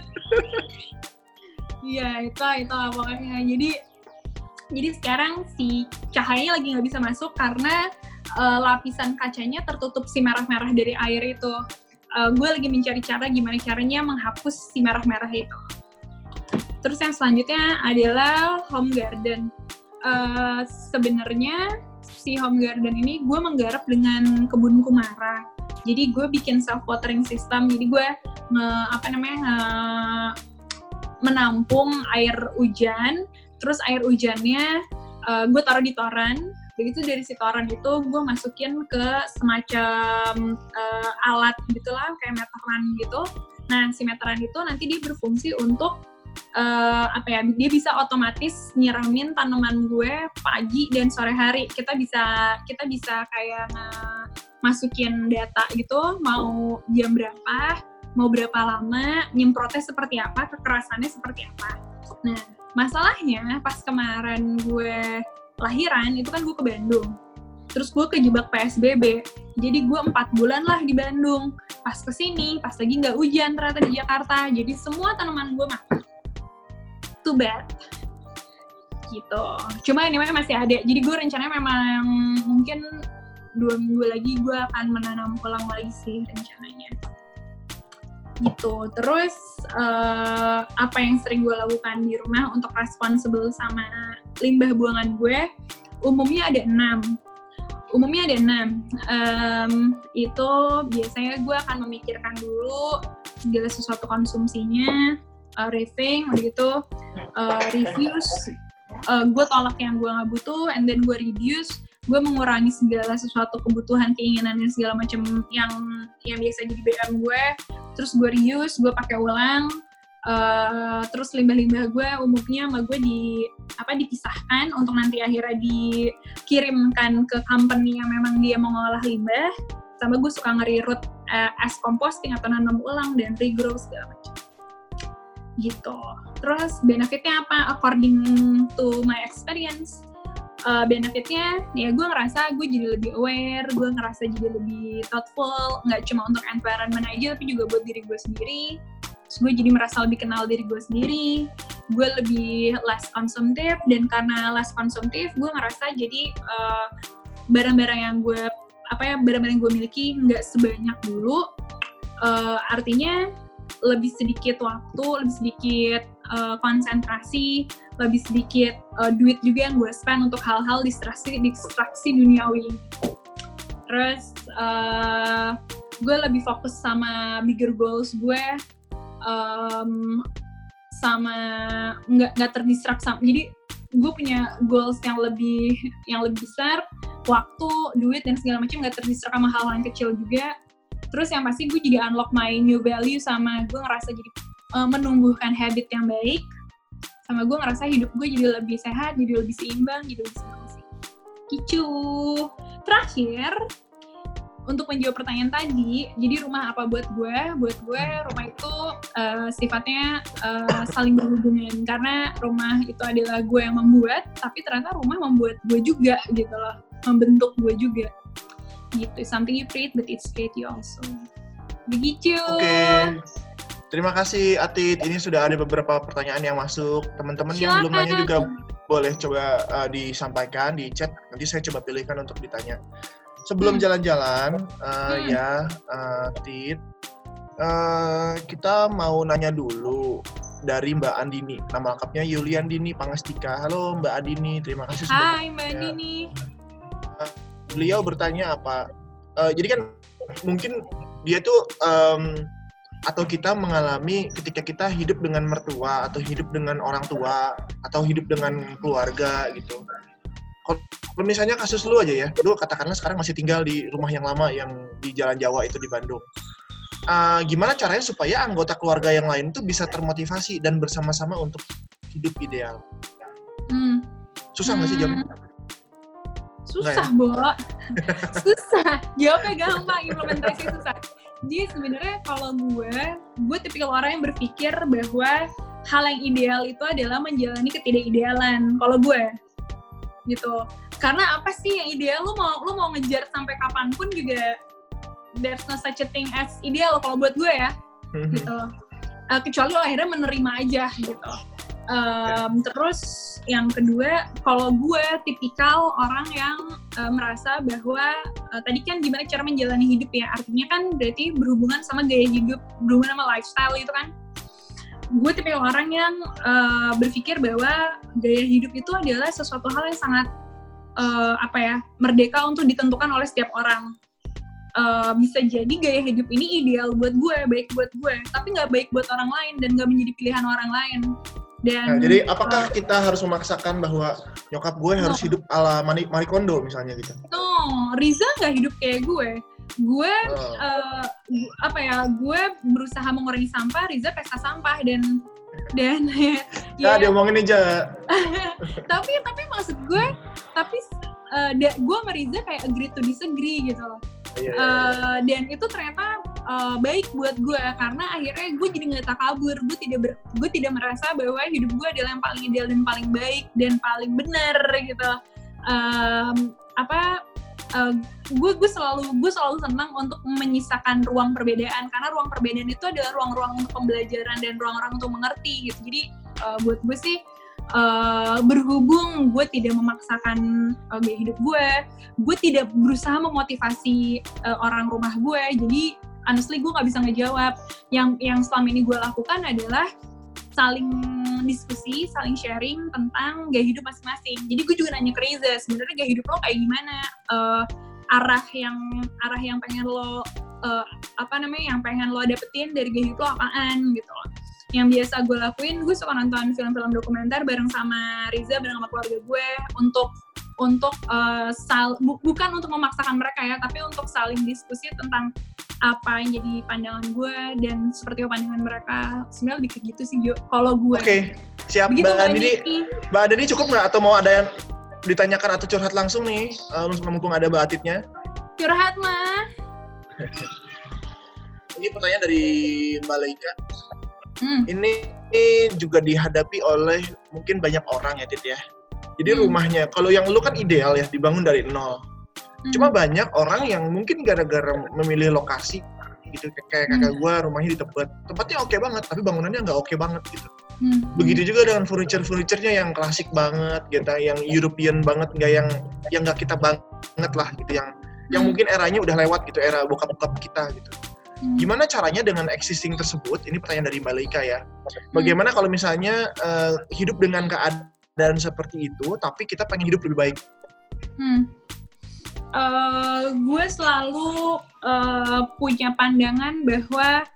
Iya, itu pokoknya. Jadi sekarang si cahayanya lagi nggak bisa masuk karena lapisan kacanya tertutup si merah-merah dari air itu. Gue lagi mencari cara gimana caranya menghapus si merah-merah itu. Terus yang selanjutnya adalah home garden. Sebenarnya si home garden ini gue menggarap dengan kebun kumara. Jadi gue bikin self watering system. Jadi gue menampung air hujan. Terus air hujannya gue taruh di toran. Begitu dari si toran itu gue masukin ke semacam alat gitulah kayak meteran gitu. Nah si meteran itu nanti dia berfungsi untuk dia bisa otomatis nyiramin tanaman gue pagi dan sore hari. Kita bisa kayak masukin data gitu, mau jam berapa, mau berapa lama, nyemprotnya seperti apa, kekerasannya seperti apa. Nah, masalahnya pas kemarin gue lahiran, itu kan gue ke Bandung. Terus gue kejebak PSBB. Jadi gue 4 bulan lah di Bandung. Pas kesini, pas lagi nggak hujan ternyata di Jakarta. Jadi semua tanaman gue mati. Too bad gitu. Cuma ini masih ada, jadi gue rencananya memang mungkin 2 minggu lagi gue akan menanam ulang lagi sih rencananya gitu. Terus apa yang sering gue lakukan di rumah untuk responsible sama limbah buangan gue, umumnya ada 6. Itu biasanya gue akan memikirkan dulu segala sesuatu konsumsinya, rating, gitu, reviews, gue tolak yang gue nggak butuh, and then gue reduce, gue mengurangi segala sesuatu kebutuhan, keinginan dan segala macam yang biasa jadi BM gue, terus gue reuse, gue pakai ulang, terus limbah-limbah gue umumnya sama gue dipisahkan untuk nanti akhirnya dikirimkan ke company yang memang dia mau ngolah limbah, sama gue suka nge-reroute as composting atau nanam ulang dan regrow segala macam. Gitu. Terus benefitnya apa? According to my experience, benefitnya ya gue ngerasa gue jadi lebih aware, gue ngerasa jadi lebih thoughtful, nggak cuma untuk environment aja tapi juga buat diri gue sendiri. Terus gue jadi merasa lebih kenal diri gue sendiri, gue lebih less konsumtif, dan karena less konsumtif gue ngerasa jadi barang-barang yang gue miliki nggak sebanyak dulu. Artinya lebih sedikit waktu, lebih sedikit konsentrasi, lebih sedikit duit juga yang gue spend untuk hal-hal distraksi duniawi. Terus gue lebih fokus sama bigger goals gue, sama nggak terdistract sama. Jadi gue punya goals yang lebih besar, waktu, duit dan segala macam, nggak terdistract sama hal-hal yang kecil juga. Terus yang pasti gue juga unlock my new value, sama gue ngerasa jadi menumbuhkan habit yang baik, sama gue ngerasa hidup gue jadi lebih sehat, jadi lebih seimbang, jadi lebih senang sih. Gitu. Terakhir, untuk menjawab pertanyaan tadi, jadi rumah apa buat gue? Buat gue rumah itu sifatnya saling berhubungan, karena rumah itu adalah gue yang membuat, tapi ternyata rumah membuat gue juga gitu loh, membentuk gue juga. Gitu, something you create but it's create you also. Begitu. Oke. Terima kasih Atit. Ini sudah ada beberapa pertanyaan yang masuk. Teman-teman yang belum nanya juga boleh coba disampaikan di chat. Nanti saya coba pilihkan untuk ditanya. Sebelum jalan-jalan, Atit, kita mau nanya dulu dari Mbak Andini. Nama lengkapnya Yuliandini Pangestika. Halo Mbak Andini, terima kasih sudah. Hai Mbak Andini. Beliau bertanya apa? Jadi kan mungkin dia tuh atau kita mengalami ketika kita hidup dengan mertua atau hidup dengan orang tua atau hidup dengan keluarga gitu. Kalau misalnya kasus lu aja ya, lu katakanlah sekarang masih tinggal di rumah yang lama yang di Jalan Jawa itu di Bandung. Gimana caranya supaya anggota keluarga yang lain tuh bisa termotivasi dan bersama-sama untuk hidup ideal? Susah nggak sih jawabnya? Susah, Bo. Susah. Jawabnya gampang, implementasi susah. Jadi sebenarnya kalau gue tipikal orang yang berpikir bahwa hal yang ideal itu adalah menjalani ketidakidealan. Kalau gue, gitu. Karena apa sih yang ideal? Lu mau ngejar sampai kapanpun juga there's no such a thing as ideal kalau buat gue ya. Gitu. kecuali lo akhirnya menerima aja gitu. Terus yang kedua, kalau gue tipikal orang yang merasa bahwa tadi kan gimana cara menjalani hidup ya, artinya kan berarti berhubungan sama gaya hidup, berhubungan sama lifestyle itu kan. Gue tipikal orang yang berpikir bahwa gaya hidup itu adalah sesuatu hal yang sangat merdeka untuk ditentukan oleh setiap orang. Bisa jadi gaya hidup ini ideal buat gue, baik buat gue, tapi nggak baik buat orang lain dan nggak menjadi pilihan orang lain. Dan, jadi apakah kita harus memaksakan bahwa nyokap gue harus hidup ala Marie Kondo misalnya gitu? No, Riza nggak hidup kayak gue. Gue gue berusaha mengurangi sampah, Riza pesta sampah dan ya diomongin aja. tapi maksud gue, gue sama Riza kayak agree to disagree gitu loh. Dan itu ternyata baik buat gue karena akhirnya gue jadi nggak takabur. Gue tidak merasa bahwa hidup gue adalah yang paling ideal dan paling baik dan paling benar gitu. Gue selalu senang untuk menyisakan ruang perbedaan karena ruang perbedaan itu adalah ruang-ruang untuk pembelajaran dan ruang-ruang untuk mengerti gitu. Jadi buat gue sih berhubung gue tidak memaksakan gaya hidup gue tidak berusaha memotivasi orang rumah gue, jadi honestly gue nggak bisa ngejawab. Yang selama ini gue lakukan adalah saling diskusi, saling sharing tentang gaya hidup masing-masing. Jadi gue juga nanya ke Riza, sebenarnya gaya hidup lo kayak gimana, arah yang pengen lo yang pengen lo dapetin dari gaya hidup lo apaan gitu loh. Yang biasa gue lakuin, gue suka nonton film-film dokumenter bareng sama Riza, bareng sama keluarga gue bukan untuk memaksakan mereka ya, tapi untuk saling diskusi tentang apa yang jadi pandangan gue dan seperti apa pandangan mereka. Sebenarnya lebih kayak gitu sih, Jo. Kalau gue. Oke, siap. Mbak Adini cukup nggak atau mau ada yang ditanyakan atau curhat langsung nih? Mumpung ada Mbak Atitnya. Curhat mah. Ini pertanyaan dari Mbak Leika. Ini juga dihadapi oleh mungkin banyak orang ya, Tit ya. Jadi rumahnya, kalau yang lu kan ideal ya, dibangun dari nol. Cuma banyak orang yang mungkin gara-gara memilih lokasi gitu, kayak kakak gue rumahnya di Tebet. Tempatnya oke banget, tapi bangunannya nggak oke banget gitu. Begitu juga dengan furniture-nya yang klasik banget gitu, yang European banget, nggak yang nggak kita banget lah gitu, yang mungkin eranya udah lewat gitu, era bokap-bokap kita gitu. Gimana caranya dengan existing tersebut? Ini pertanyaan dari Mbak Leika ya. Bagaimana kalau misalnya hidup dengan keadaan seperti itu, tapi kita pengen hidup lebih baik? Gue selalu punya pandangan bahwa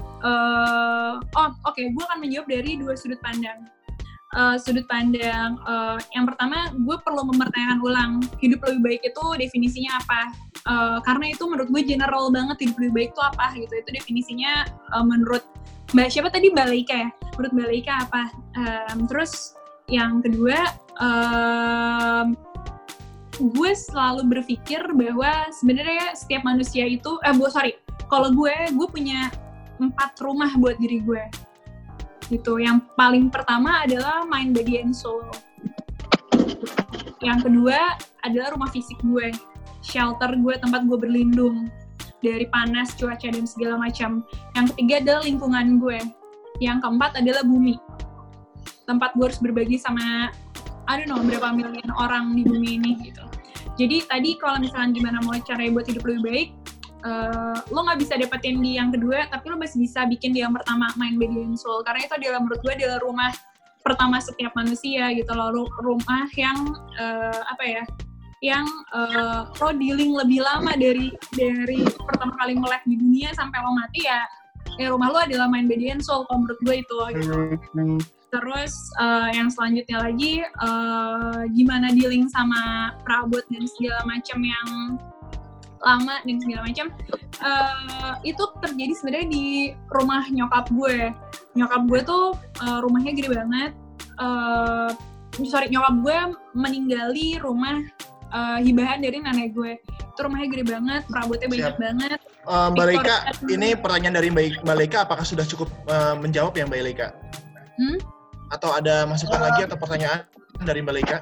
gue akan menjawab dari dua sudut pandang. Sudut pandang yang pertama, gue perlu mempertanyakan ulang hidup lebih baik itu definisinya apa, karena itu menurut gue general banget hidup lebih baik itu apa gitu. Itu definisinya menurut Mbak siapa tadi, Mbak Leika ya, menurut Mbak Leika apa. Terus yang kedua, gue selalu berpikir bahwa sebenarnya setiap manusia itu kalau gue punya 4 rumah buat diri gue gitu. Yang paling pertama adalah mind, body, and soul. Yang kedua adalah rumah fisik gue, shelter gue, tempat gue berlindung dari panas, cuaca, dan segala macam. Yang ketiga adalah lingkungan gue. Yang keempat adalah bumi, tempat gue harus berbagi sama berapa miliar orang di bumi ini gitu. Jadi tadi kalau misalnya gimana mau caranya buat hidup lebih baik, lo nggak bisa dapetin di yang kedua, tapi lo masih bisa bikin di yang pertama, mind, body, and soul. Karena itu adalah menurut gue adalah rumah pertama setiap manusia gitu loh. Rumah yang lo dealing lebih lama dari pertama kali melek di dunia sampai lo mati ya rumah lo adalah mind, body, and soul kalau menurut gue itu gitu. Terus yang selanjutnya lagi gimana dealing sama perabot dan segala macam yang lama dan segala macam, itu terjadi sebenarnya di rumah nyokap gue. Nyokap gue tuh rumahnya gede banget. Nyokap gue meninggali rumah hibahan dari nenek gue. Itu rumahnya gede banget, perabotnya banyak banget. Mbak Leika, ini pertanyaan dari Mbak Leika, apakah sudah cukup menjawab ya Mbak Leika? Atau ada masukan lagi atau pertanyaan dari Mbak Leika?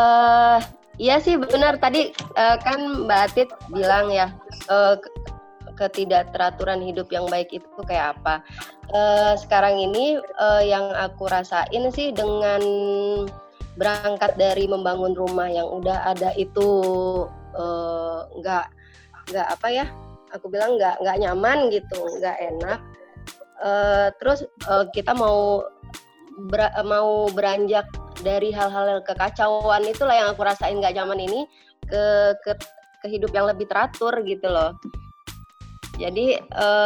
Iya sih benar, tadi kan Mbak Atit bilang ya ketidakteraturan hidup yang baik itu kayak apa. Sekarang ini yang aku rasain sih dengan berangkat dari membangun rumah yang udah ada itu nggak apa ya, aku bilang nggak nyaman gitu, nggak enak. Terus kita mau beranjak dari hal-hal kekacauan, itulah yang aku rasain nggak nyaman ini ke hidup yang lebih teratur gitu loh. Jadi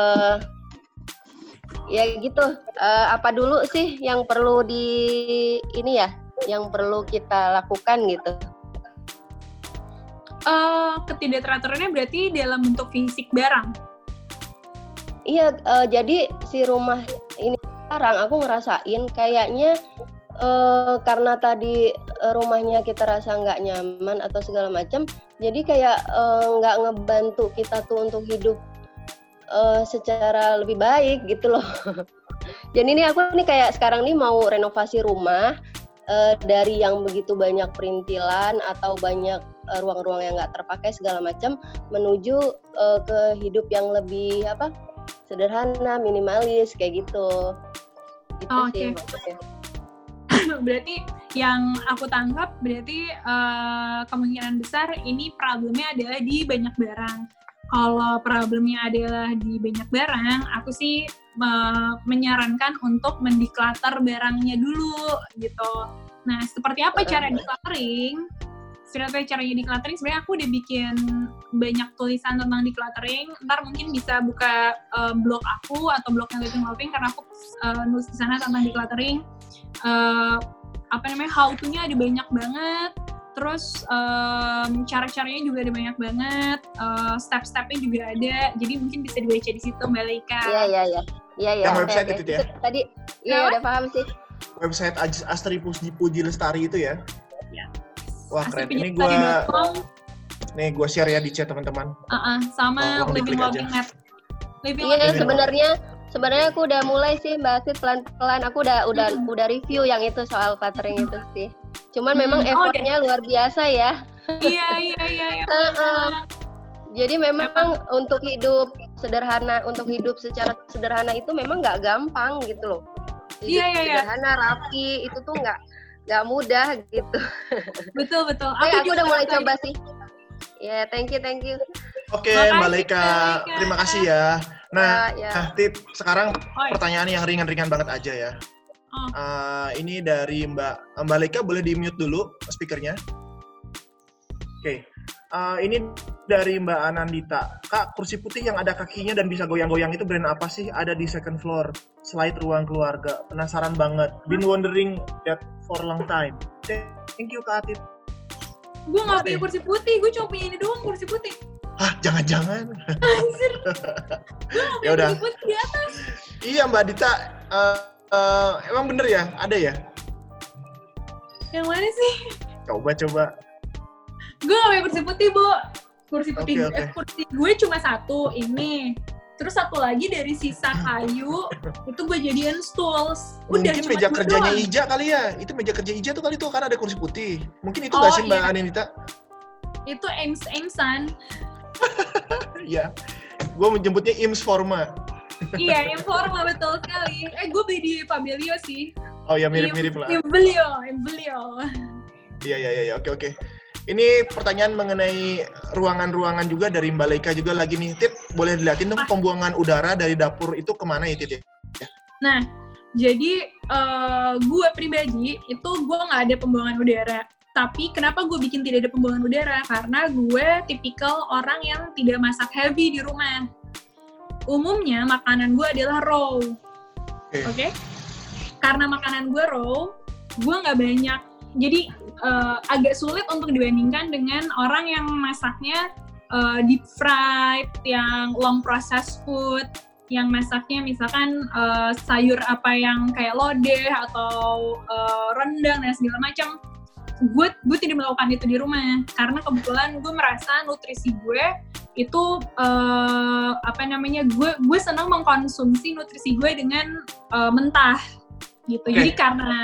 ya gitu, apa dulu sih yang perlu yang perlu kita lakukan gitu. Ketidakteraturannya berarti dalam bentuk fisik barang? Iya, jadi si rumah ini sekarang aku ngerasain kayaknya karena tadi rumahnya kita rasa nggak nyaman atau segala macam, jadi kayak nggak ngebantu kita tuh untuk hidup secara lebih baik gitu loh. Jadi ini aku nih kayak sekarang nih mau renovasi rumah dari yang begitu banyak perintilan atau banyak ruang-ruang yang nggak terpakai segala macam menuju ke hidup yang lebih sederhana, minimalis kayak gitu. Itu sih maksudnya. Berarti yang aku tangkap berarti kemungkinan besar ini problemnya adalah di banyak barang. Kalau problemnya adalah di banyak barang, aku sih menyarankan untuk mendeclutter barangnya dulu gitu. Nah, seperti apa cara decluttering? Caranya decluttering, sebenarnya aku udah bikin banyak tulisan tentang decluttering. Ntar mungkin bisa buka blog aku atau blognya Living Loving, karena aku nulis di sana tentang decluttering. How to-nya ada banyak banget. Terus cara-caranya juga ada banyak banget, step-stepnya juga ada. Jadi mungkin bisa dibaca di situ, Mbak Leika. Iya. Yang website itu ya? Tadi, iya udah paham sih. Website Astri Puji Lestari itu ya? Iya. Wah keren. Ini gue share ya di chat teman-teman. Sama Living Loving Net. Iya, sebenarnya aku udah mulai sih Mbak Asit, pelan-pelan aku udah review yang itu soal cluttering itu sih. Cuman memang effortnya luar biasa ya. Iya. Jadi memang untuk hidup secara sederhana itu memang nggak gampang gitu loh. Hidup sederhana, rapi itu tuh nggak mudah gitu. Betul. Aku udah mulai coba sih. Ya, thank you. Oke, Mbak Leika, terima kasih ya. Nah, Tip, sekarang pertanyaan yang ringan-ringan banget aja ya. Ini dari Mbak Leika, boleh di-mute dulu speakernya. Oke. Ini dari Mbak Anandita. Kak, kursi putih yang ada kakinya dan bisa goyang-goyang itu brand apa sih? Ada di second floor, slide ruang keluarga. Penasaran banget. Been wondering that for a long time. Thank you, Kak Tip. Gue nggak punya kursi putih, gue cuma punya ini doang kursi putih. Hah, jangan-jangan. Anjir. Gue nggak punya kursi putih di atas. Iya, Mbak Dita. Emang bener ya? Ada ya? Yang mana sih? Coba. Gue gak punya kursi putih, Bu. Kursi putih kursi gue cuma satu, ini. Terus satu lagi dari sisa kayu, itu gue jadiin stools. Udah, mungkin meja kerjanya Ija kali ya? Itu meja kerja Ija tuh kali tuh, kan ada kursi putih. Mungkin itu gak sih Mbak Anindita? Itu Ames-Amesan. Iya. Gue menyebutnya Ims Forma. Iya, Informa betul sekali. Gue beli di Fabelio sih. Oh ya, mirip-mirip lah. Embelio. Iya, oke. Ini pertanyaan mengenai ruangan-ruangan juga dari Mbak Leika juga lagi nih. Tip, boleh dilihatin dong pembuangan udara dari dapur itu kemana ya, Tip? Nah, jadi gue pribadi itu gue nggak ada pembuangan udara. Tapi kenapa gue bikin tidak ada pembuangan udara? Karena gue tipikal orang yang tidak masak heavy di rumah. Umumnya makanan gue adalah raw. Oke? Karena makanan gue raw, gue nggak banyak. Jadi agak sulit untuk dibandingkan dengan orang yang masaknya deep fried, yang long processed food, yang masaknya misalkan sayur apa yang kayak lodeh atau rendang dan segala macam. Gue tidak melakukan itu di rumah karena kebetulan gue merasa nutrisi gue itu gue senang mengkonsumsi nutrisi gue dengan mentah gitu. Jadi karena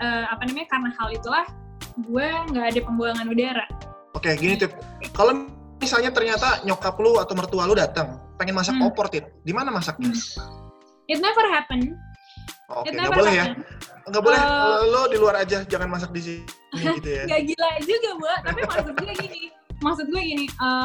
hal itulah gue nggak ada pembuangan udara. Oke, gini Tip, kalau misalnya ternyata nyokap lu atau mertua lu datang, pengen masak opor, Tit. Di mana masaknya? It never happen. Oke, nggak boleh ya? Nggak boleh, lo di luar aja, jangan masak di sini gitu ya? Nggak gila juga, Bu. Tapi maksud gue gini,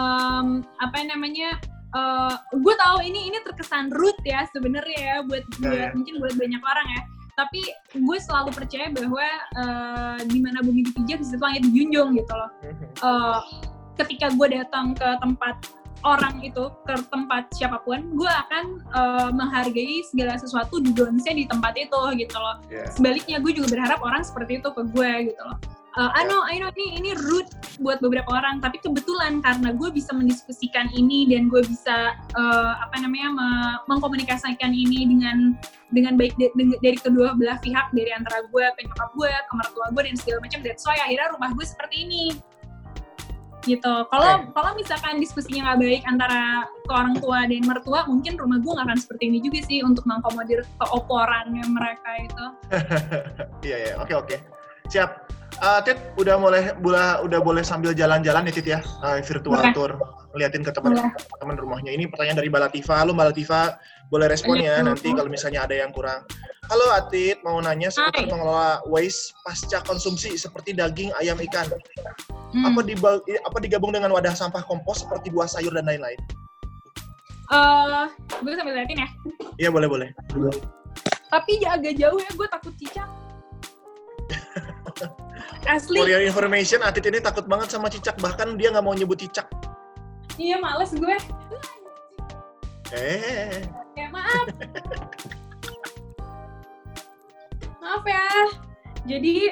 gue tahu ini terkesan rude ya sebenarnya ya, mungkin buat banyak orang ya. Tapi gue selalu percaya bahwa di mana bumi dipijak, di situ langit dijunjung gitu loh. Ketika gue datang ke tempat orang itu, ke tempat siapapun, gue akan menghargai segala sesuatu di donsnya di tempat itu gitu loh. Sebaliknya gue juga berharap orang seperti itu ke gue gitu loh. I know ini rude buat beberapa orang, tapi kebetulan karena gue bisa mendiskusikan ini dan gue bisa mengkomunikasikan ini dengan baik dari kedua belah pihak, dari antara gue ke nyokap gue, ke mertua gue dan segala macam. That's why akhirnya rumah gue seperti ini. Gitu. Kalau misalkan diskusinya nggak baik antara ke orang tua dan mertua, mungkin rumah gue nggak akan seperti ini juga sih untuk mengakomodir keoporannya mereka itu. Iya, oke. Siap. Tit, udah boleh sambil jalan-jalan ya, Tit ya, virtual tour, ngeliatin ke teman rumahnya. Ini pertanyaan dari Mbak Latifa. Halo Mbak Latifa, boleh respon ya nanti kalau misalnya ada yang kurang. Halo Atit, mau nanya seputar mengelola waste pasca konsumsi seperti daging, ayam, ikan. Apa digabung dengan wadah sampah kompos seperti buah sayur dan lain-lain? Gue sambil liatin ya. Iya, boleh. Tapi agak jauh ya, gue takut cicak. Asli. For your information, Atit ini takut banget sama cicak, bahkan dia nggak mau nyebut cicak. Iya, males gue. Ya maaf. Maaf ya. Jadi,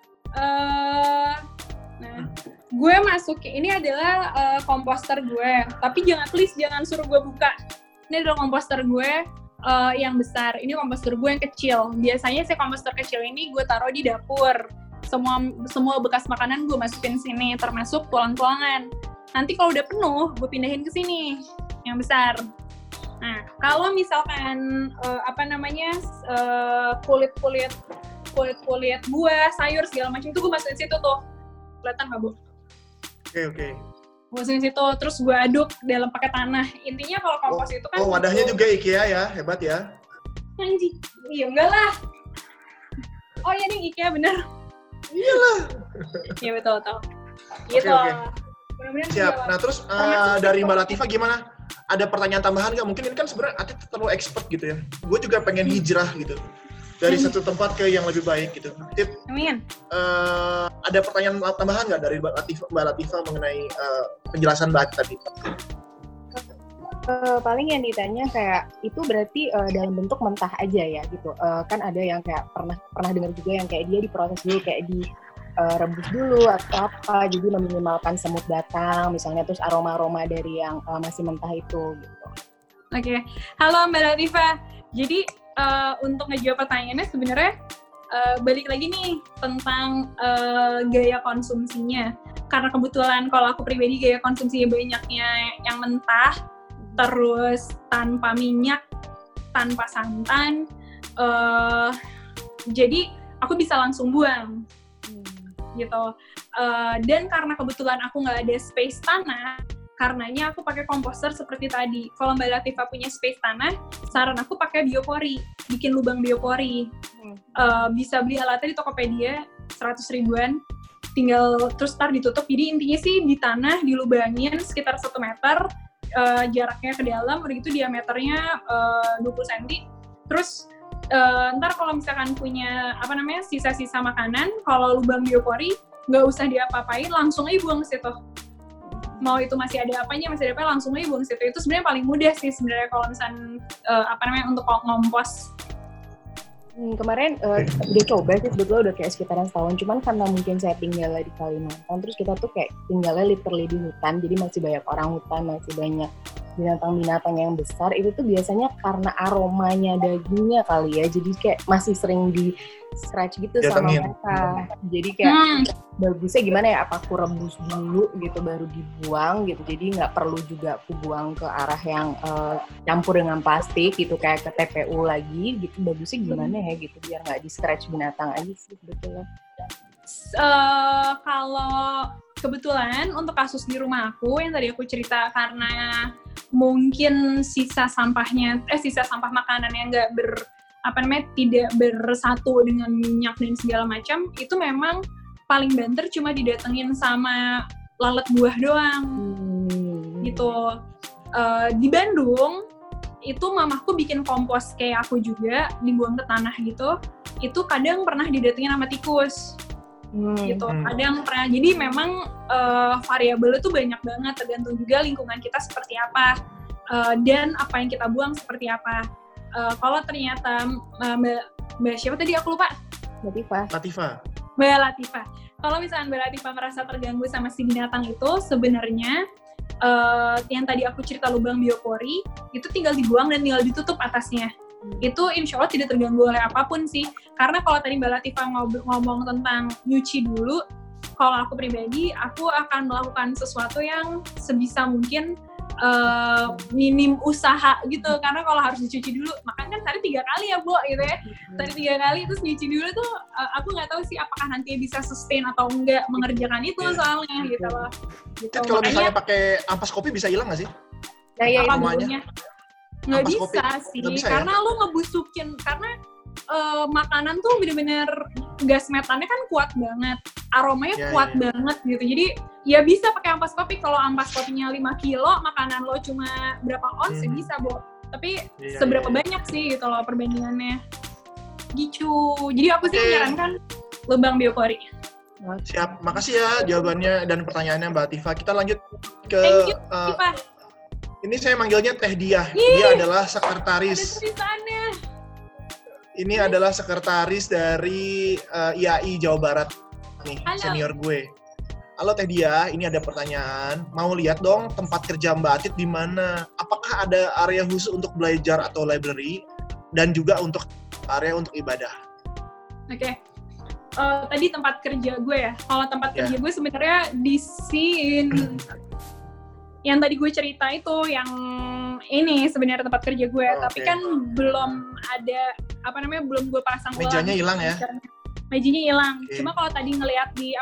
gue masuk, ini adalah komposter gue. Tapi jangan suruh gue buka. Ini adalah komposter gue yang besar. Ini komposter gue yang kecil. Biasanya komposter kecil ini gue taruh di dapur. Semua bekas makanan gue masukin sini, termasuk tulang-tulangan. Nanti kalau udah penuh, gue pindahin ke sini yang besar. Nah, kalau misalkan kulit buah, sayur segala macam itu gue masukin situ tuh. Kelihatan nggak, Bu? Oke. Gue masukin situ, terus gue aduk dalam pakai tanah. Intinya kalau kompos itu kan. Wadahnya juga IKEA ya, hebat ya. Anjing, iya enggak lah. Oh iya nih IKEA bener. Iyalah. Iya betul. Gitu. Okay. Siap. Nah terus dari Mbak Latifa gimana? Ada pertanyaan tambahan nggak? Mungkin ini kan sebenarnya Atit terlalu expert gitu ya. Gue juga pengen hijrah gitu. Dari satu tempat ke yang lebih baik gitu. Tit, amin. Ada pertanyaan tambahan nggak dari Mbak Latifa mengenai penjelasan Mbak Atit tadi? Paling yang ditanya kayak itu berarti dalam bentuk mentah aja ya gitu. Kan ada yang kayak pernah dengar juga yang kayak dia diproses dulu, kayak direbus dulu atau apa, jadi meminimalkan semut datang misalnya, terus aroma dari yang masih mentah itu gitu. Oke. Halo Mbak Latifa. Jadi untuk ngejawab pertanyaannya sebenarnya balik lagi nih tentang gaya konsumsinya. Karena kebetulan kalau aku pribadi gaya konsumsinya banyaknya yang mentah, terus tanpa minyak, tanpa santan, jadi aku bisa langsung buang gitu. Dan karena kebetulan aku nggak ada space tanah, karenanya aku pakai komposter seperti tadi. Kalau Mbak Latifa punya space tanah, saran aku pakai biopori, bikin lubang biopori. Bisa beli alatnya di Tokopedia, 100 ribuan, tinggal terus ntar ditutup. Jadi intinya sih di tanah dilubangin sekitar 1 meter, jaraknya ke dalam, udah gitu diameternya 20 cm. Terus ntar kalau misalkan punya sisa-sisa makanan, kalau lubang biopori nggak usah diapa-apain, langsung aja buang ke situ. Mau itu masih ada apanya, langsung aja buang ke situ. Itu sebenarnya paling mudah sih sebenarnya kalau misalkan untuk ngompos. Kemarin udah coba sih, sebetulnya udah kayak sekitaran setahun, cuman karena mungkin saya tinggal di Kalimantan, terus kita tuh kayak tinggalnya literally di hutan, jadi masih banyak orang hutan, masih banyak binatang-binatang yang besar. Itu tuh biasanya karena aromanya dagingnya kali ya, jadi kayak masih sering di scratch gitu sama mereka. Jadi kayak bagusnya gimana ya, apa aku rebus dulu gitu baru dibuang gitu, jadi nggak perlu juga aku buang ke arah yang campur dengan plastik gitu kayak ke TPU lagi gitu. Bagusnya gimana ya gitu biar nggak di scratch binatang aja sih sebetulnya. kebetulan untuk kasus di rumah aku yang tadi aku cerita karena mungkin sisa sampah makanan yang tidak bersatu dengan minyak dan segala macam, itu memang paling banter cuma didatengin sama lalat buah doang. Gitu. Di Bandung itu mamaku bikin kompos kayak aku juga, dibuang ke tanah gitu. Itu kadang pernah didatengin sama tikus. Gitu. Kadang pernah. Jadi memang variabelnya tuh banyak banget, tergantung juga lingkungan kita seperti apa dan apa yang kita buang seperti apa. Kalau ternyata Mbak siapa tadi aku lupa? Latifah. Mbak Latifah. Kalau misalnya Mbak Latifah merasa terganggu sama si binatang itu, sebenarnya yang tadi aku cerita lubang biopori itu tinggal dibuang dan tinggal ditutup atasnya. Itu insya Allah tidak terganggu oleh apapun sih. Karena kalau tadi Mbak Latifah ngomong tentang nyuci dulu, kalau aku pribadi, aku akan melakukan sesuatu yang sebisa mungkin minim usaha gitu. Karena kalau harus dicuci dulu, makanya kan sehari 3 kali ya Bu gitu ya. Sehari 3 kali terus nyuci dulu tuh aku nggak tahu sih apakah nanti bisa sustain atau enggak mengerjakan itu soalnya gitu loh. Gitu. Kalau misalnya pakai ampas kopi bisa hilang nggak sih? Nah ya apa itu bumbunya? Nggak Ampas bisa kopi. sih, Nggak bisa, karena lu ngebusukin, karena makanan tuh bener-bener gas metannya kan kuat banget, aromanya kuat banget gitu. Jadi ya bisa pakai ampas kopi. Kalau ampas kopinya 5 kilo, makanan lo cuma berapa ons ya bisa, Bo. Tapi seberapa banyak sih gitu loh perbandingannya. Gitu. Jadi aku sih menyarankan lubang biopori. Siap, makasih ya jawabannya dan pertanyaannya Mbak Tifa. Kita lanjut ke Thank you, Tifa. Ini saya manggilnya Teh Diah. Dia adalah sekretaris. Ada tulisannya. Ini adalah sekretaris dari IAI Jawa Barat nih, senior gue. Halo Teh Diah, ini ada pertanyaan. Mau lihat dong tempat kerja Mbak Atit di mana? Apakah ada area khusus untuk belajar atau library dan juga untuk area untuk ibadah? Oke. Tadi tempat kerja gue ya. Kalau tempat kerja gue sebenarnya di sini yang tadi gue cerita itu yang ini sebenarnya tempat kerja gue, tapi kan belum ada belum gue pasang ulang. Mejanya hilang ya? Mejanya hilang. Cuma kalau tadi ngelihat di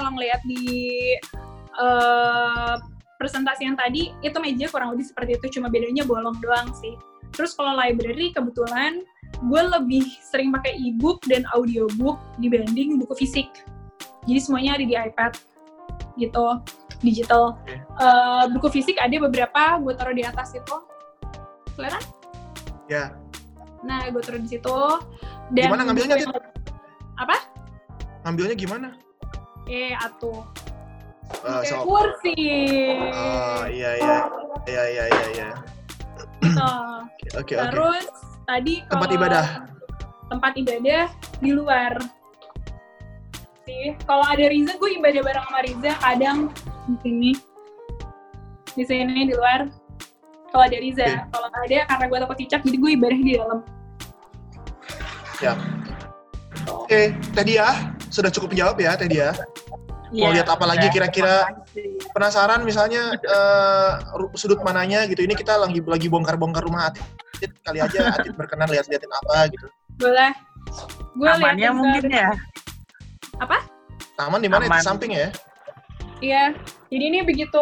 presentasi yang tadi itu meja kurang lebih seperti itu, cuma bedanya bolong doang sih. Terus kalau library kebetulan gue lebih sering pakai e-book dan audiobook dibanding buku fisik. Jadi semuanya ada di iPad gitu, digital. Buku fisik ada beberapa, gue taruh di atas itu. Kelihatan? Ya. Nah, gue taruh di situ. Dan gimana ngambilnya, Dit? Apa? Ngambilnya gimana? Atuh. So. Kursi. Iya. Gitu. Oke. Terus tadi kalau tempat ibadah di luar sih. Kalau ada Riza, gue ibadah bareng sama Riza kadang di sini di luar. Kalau ada Riza, kalau nggak ada karena gue takut cicak, jadi gue ibadah di dalam. Ya. Oke, Teh Diah sudah cukup menjawab ya, Teh Diah. Mau lihat apa lagi kira-kira? Penasaran misalnya sudut mananya gitu. Ini kita lagi bongkar-bongkar rumah Atit. Kali aja Atit berkenan lihat-lihatin apa gitu. Boleh. Gue tamannya mungkin ya. Apa? Taman di mana? Di samping ya? Iya. Jadi ini begitu.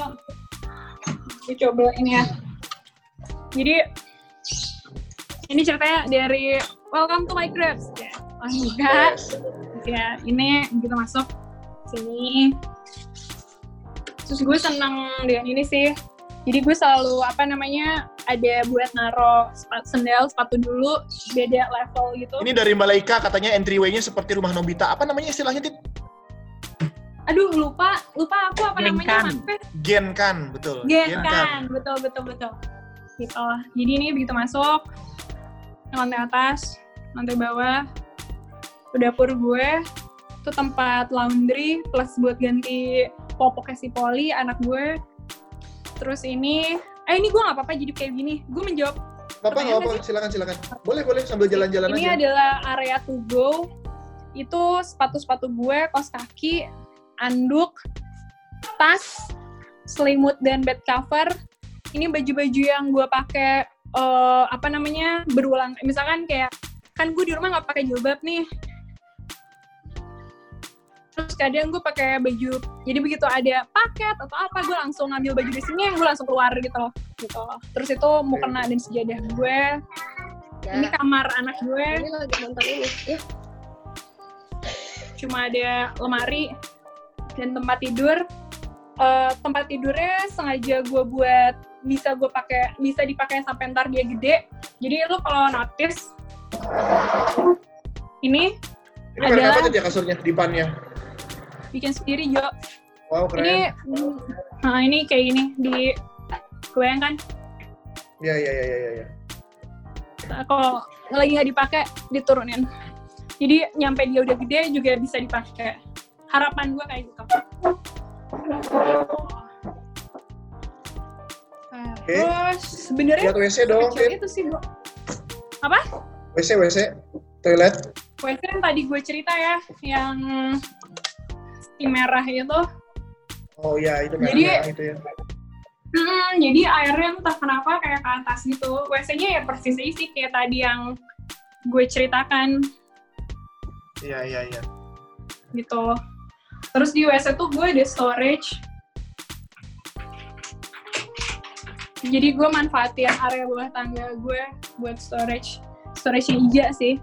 Coba ini ya. Jadi ini ceritanya dari Welcome to my cribs. Oh enggak. Ya, ini begitu masuk sini. Terus gue seneng dengan ini sih. Jadi gue selalu ada buat naro sendal, sepatu dulu, beda level gitu. Ini dari Mbak Laika katanya entryway-nya seperti rumah Nobita. Apa namanya istilahnya, Tit? Aduh, lupa aku apa namanya. Genkan, betul. Genkan, betul. Gitu. Jadi ini begitu masuk, lantai atas, lantai bawah, ke dapur gue, itu tempat laundry plus buat ganti popoknya si Poli, anak gue. Terus ini gue nggak apa-apa jadi kayak gini. Gue menjawab. Apa? Silakan. Boleh sambil jalan-jalan aja. Ini adalah area to go. Itu sepatu-sepatu gue, kaos kaki, anduk, tas, selimut dan bed cover. Ini baju-baju yang gue pakai berulang. Misalkan kayak kan gue di rumah nggak pakai jilbab nih. Terus kadang gue pakai baju, jadi begitu ada paket atau apa, gue langsung ngambil baju di sini, gue langsung keluar gitu loh. Terus itu mukena dan sejadah gue. Ya. Ini kamar anak gue. Ini lagi nonton ini. Ya. Cuma ada lemari dan tempat tidur. Tempat tidurnya sengaja gue buat bisa dipakai sampai ntar dia gede. Jadi lu kalau notice ini adalah apa aja kasurnya, dipannya? Bikin sendiri, Jo. Wow, keren. Ini kayak gini di kebayang kan? Iya. Kalau lagi nggak dipakai diturunin. Jadi nyampe dia udah gede juga bisa dipakai. Harapan gue kayak gitu. Terus sebenarnya lihat WC dong. Itu sih, Bu. Apa? WC, toilet. WC yang tadi gue cerita ya, yang si merah itu. Oh iya, itu merah itu ya. Jadi airnya entah kenapa kayak ke atas gitu. WC-nya ya persis isi kayak tadi yang gue ceritakan. Iya. Gitu. Terus di WC tuh gue ada storage. Jadi gue manfaatin area bawah tangga gue buat storage. Storage-nya Ija sih.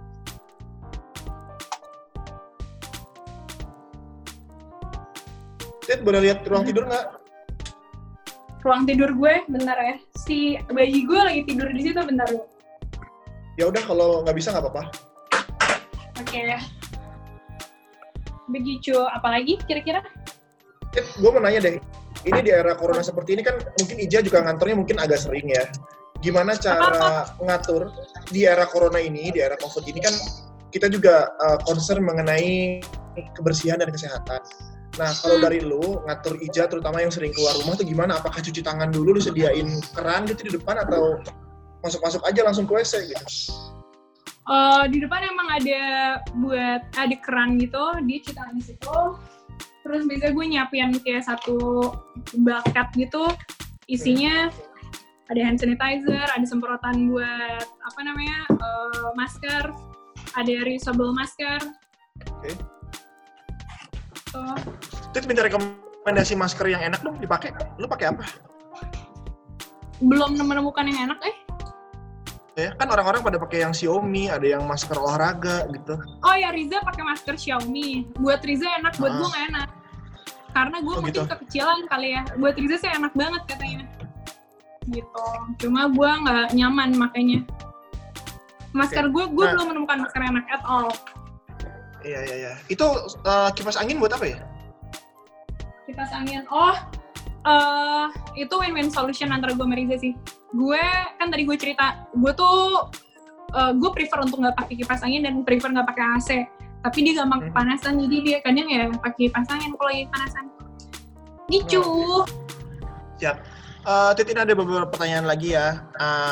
Tit, boleh lihat ruang tidur nggak? Ruang tidur gue, bentar ya. Si bayi gue lagi tidur di situ, bentar lu. Ya udah, kalau nggak bisa nggak apa-apa. Oke. Begitu, apalagi kira-kira? Tit, gue mau nanya deh. Ini di era corona seperti ini kan mungkin Ija juga ngantornya mungkin agak sering ya. Gimana cara ngatur di era corona ini, di era COVID ini kan kita juga concern mengenai kebersihan dan kesehatan. Nah, kalau dari lu ngatur Ija terutama yang sering keluar rumah tuh gimana? Apakah cuci tangan dulu, lu sediain keran gitu di depan atau masuk-masuk aja langsung ke WC gitu? Di depan emang ada keran gitu, dia cuci tangan di situ. Terus biasanya gue nyiapin kayak satu bucket gitu, isinya ada hand sanitizer, ada semprotan buat masker, ada reusable masker. Oke. Terus minta rekomendasi masker yang enak dong dipakai. Lu pakai apa? Belum menemukan yang enak Ya, kan orang-orang pada pakai yang Xiaomi, ada yang masker olahraga gitu. Oh ya, Riza pakai masker Xiaomi. Buat Riza enak, buat gue nggak enak. Karena gue mungkin kekecilan kali ya. Buat Riza sih enak banget katanya. Gitu. Cuma gue nggak nyaman makanya. Masker gue belum menemukan masker enak at all. Iya. Itu kipas angin buat apa ya? Kipas angin. Itu win-win solution antara gue sama Riza sih. Gue kan tadi gue cerita, gue prefer untuk nggak pakai kipas angin dan prefer nggak pakai AC. Tapi dia gampang kepanasan, jadi dia kadang ya pakai kipas angin kalau lagi kepanasan. Gitu. Siap. Titin ada beberapa pertanyaan lagi ya.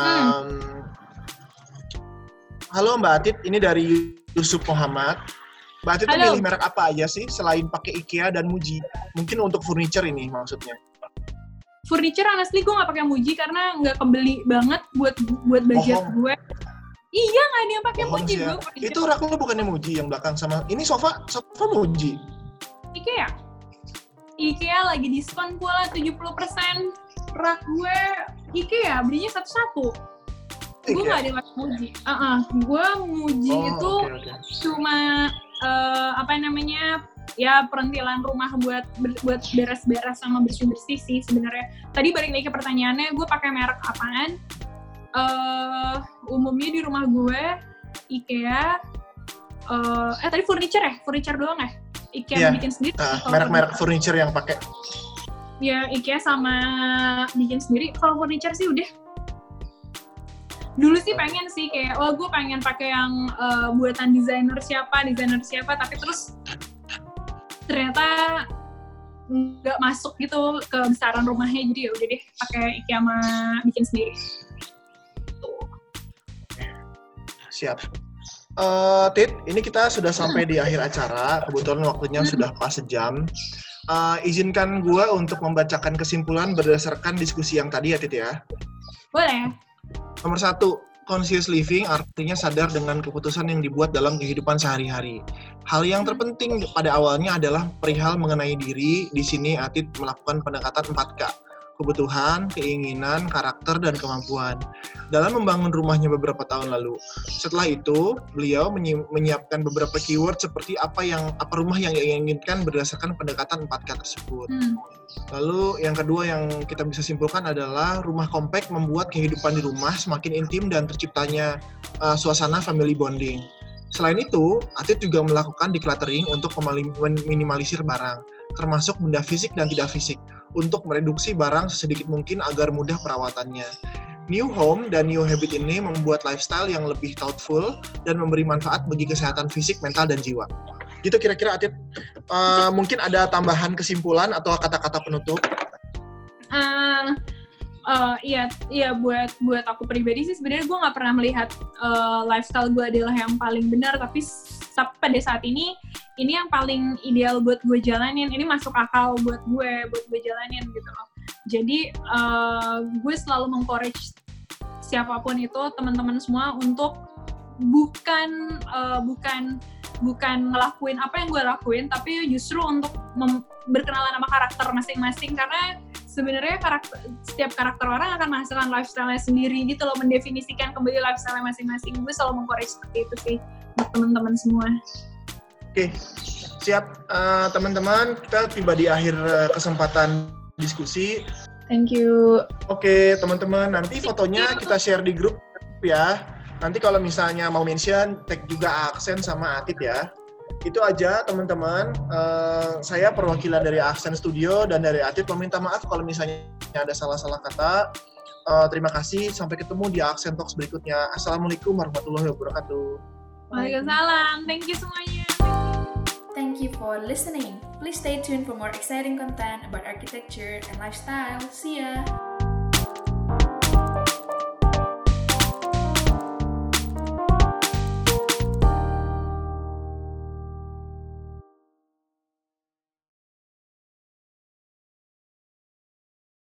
Halo Mbak Atit, ini dari Yusuf Muhammad. Mbak Atit tuh milih merek apa aja sih selain pakai IKEA dan Muji? Mungkin untuk furniture ini maksudnya. Furniture honestly gue gak pakai Muji karena gak kebeli banget buat budget gue. Iya, gak ada yang pakai Muji ya. gue. Itu rak lu bukannya Muji yang belakang sama ini sofa Muji. IKEA lagi diskon pula 70%. Rak gue IKEA belinya satu-satu. Gue gak ada yang pakai Muji. Gue Muji itu cuma ya perintilan rumah buat beres-beres sama bersih-bersih sih sebenarnya. Tadi balik lagi ke pertanyaannya, gue pakai merek apaan? Umumnya di rumah gue IKEA. Tadi furniture doang ya? IKEA bikin sendiri. Merek-merek furniture yang pakai. Ya IKEA sama bikin sendiri. Kalau furniture sih udah. Dulu sih pengen sih kayak, gue pengen pakai yang buatan desainer siapa, tapi terus ternyata nggak masuk gitu ke besaran rumahnya, jadi ya udah deh pakai IKEA sama bikin sendiri. Tuh. Siap. Tit, ini kita sudah sampai di akhir acara. Kebetulan waktunya sudah pas sejam. Izinkan gue untuk membacakan kesimpulan berdasarkan diskusi yang tadi ya, Tit ya. Boleh. Nomor 1, Conscious living artinya sadar dengan keputusan yang dibuat dalam kehidupan sehari-hari. Hal yang terpenting pada awalnya adalah perihal mengenai diri. Di sini Atit melakukan pendekatan 4K. Kebutuhan, keinginan, karakter, dan kemampuan. Dalam membangun rumahnya beberapa tahun lalu. Setelah itu, beliau menyiapkan beberapa keyword seperti apa rumah yang ia inginkan berdasarkan pendekatan 4K tersebut. Lalu yang kedua yang kita bisa simpulkan adalah rumah kompak membuat kehidupan di rumah semakin intim dan terciptanya suasana family bonding. Selain itu, Atit juga melakukan decluttering untuk meminimalisir barang, termasuk benda fisik dan tidak fisik, untuk mereduksi barang sesedikit mungkin agar mudah perawatannya. New home dan new habit ini membuat lifestyle yang lebih thoughtful dan memberi manfaat bagi kesehatan fisik, mental, dan jiwa. Gitu kira-kira Atit. Mungkin ada tambahan kesimpulan atau kata-kata penutup? Iya buat aku pribadi sih sebenarnya gue nggak pernah melihat lifestyle gue adalah yang paling benar, tapi pada saat ini yang paling ideal buat gue jalanin, ini masuk akal buat gue jalanin gitu loh. Jadi gue selalu mengencourage siapapun itu, teman-teman semua, untuk bukan ngelakuin apa yang gue lakuin, tapi justru untuk berkenalan sama karakter masing-masing, karena sebenarnya setiap karakter orang akan menghasilkan lifestyle-nya sendiri gitu loh, mendefinisikan kembali lifestyle-nya masing-masing. Gue selalu mengencourage seperti itu sih buat teman-teman semua. Oke, siap teman-teman, kita tiba di akhir kesempatan diskusi. Thank you. Oke, teman-teman, nanti fotonya kita share di grup ya. Nanti kalau misalnya mau mention, tag juga Aksen sama Atit ya. Itu aja teman-teman. Saya perwakilan dari Aksen Studio dan dari Atit meminta maaf kalau misalnya ada salah-salah kata. Terima kasih. Sampai ketemu di Aksen Talks berikutnya. Assalamualaikum warahmatullahi wabarakatuh. Waalaikumsalam. Thank you semuanya. Thank you for listening. Please stay tuned for more exciting content about architecture and lifestyle. See ya!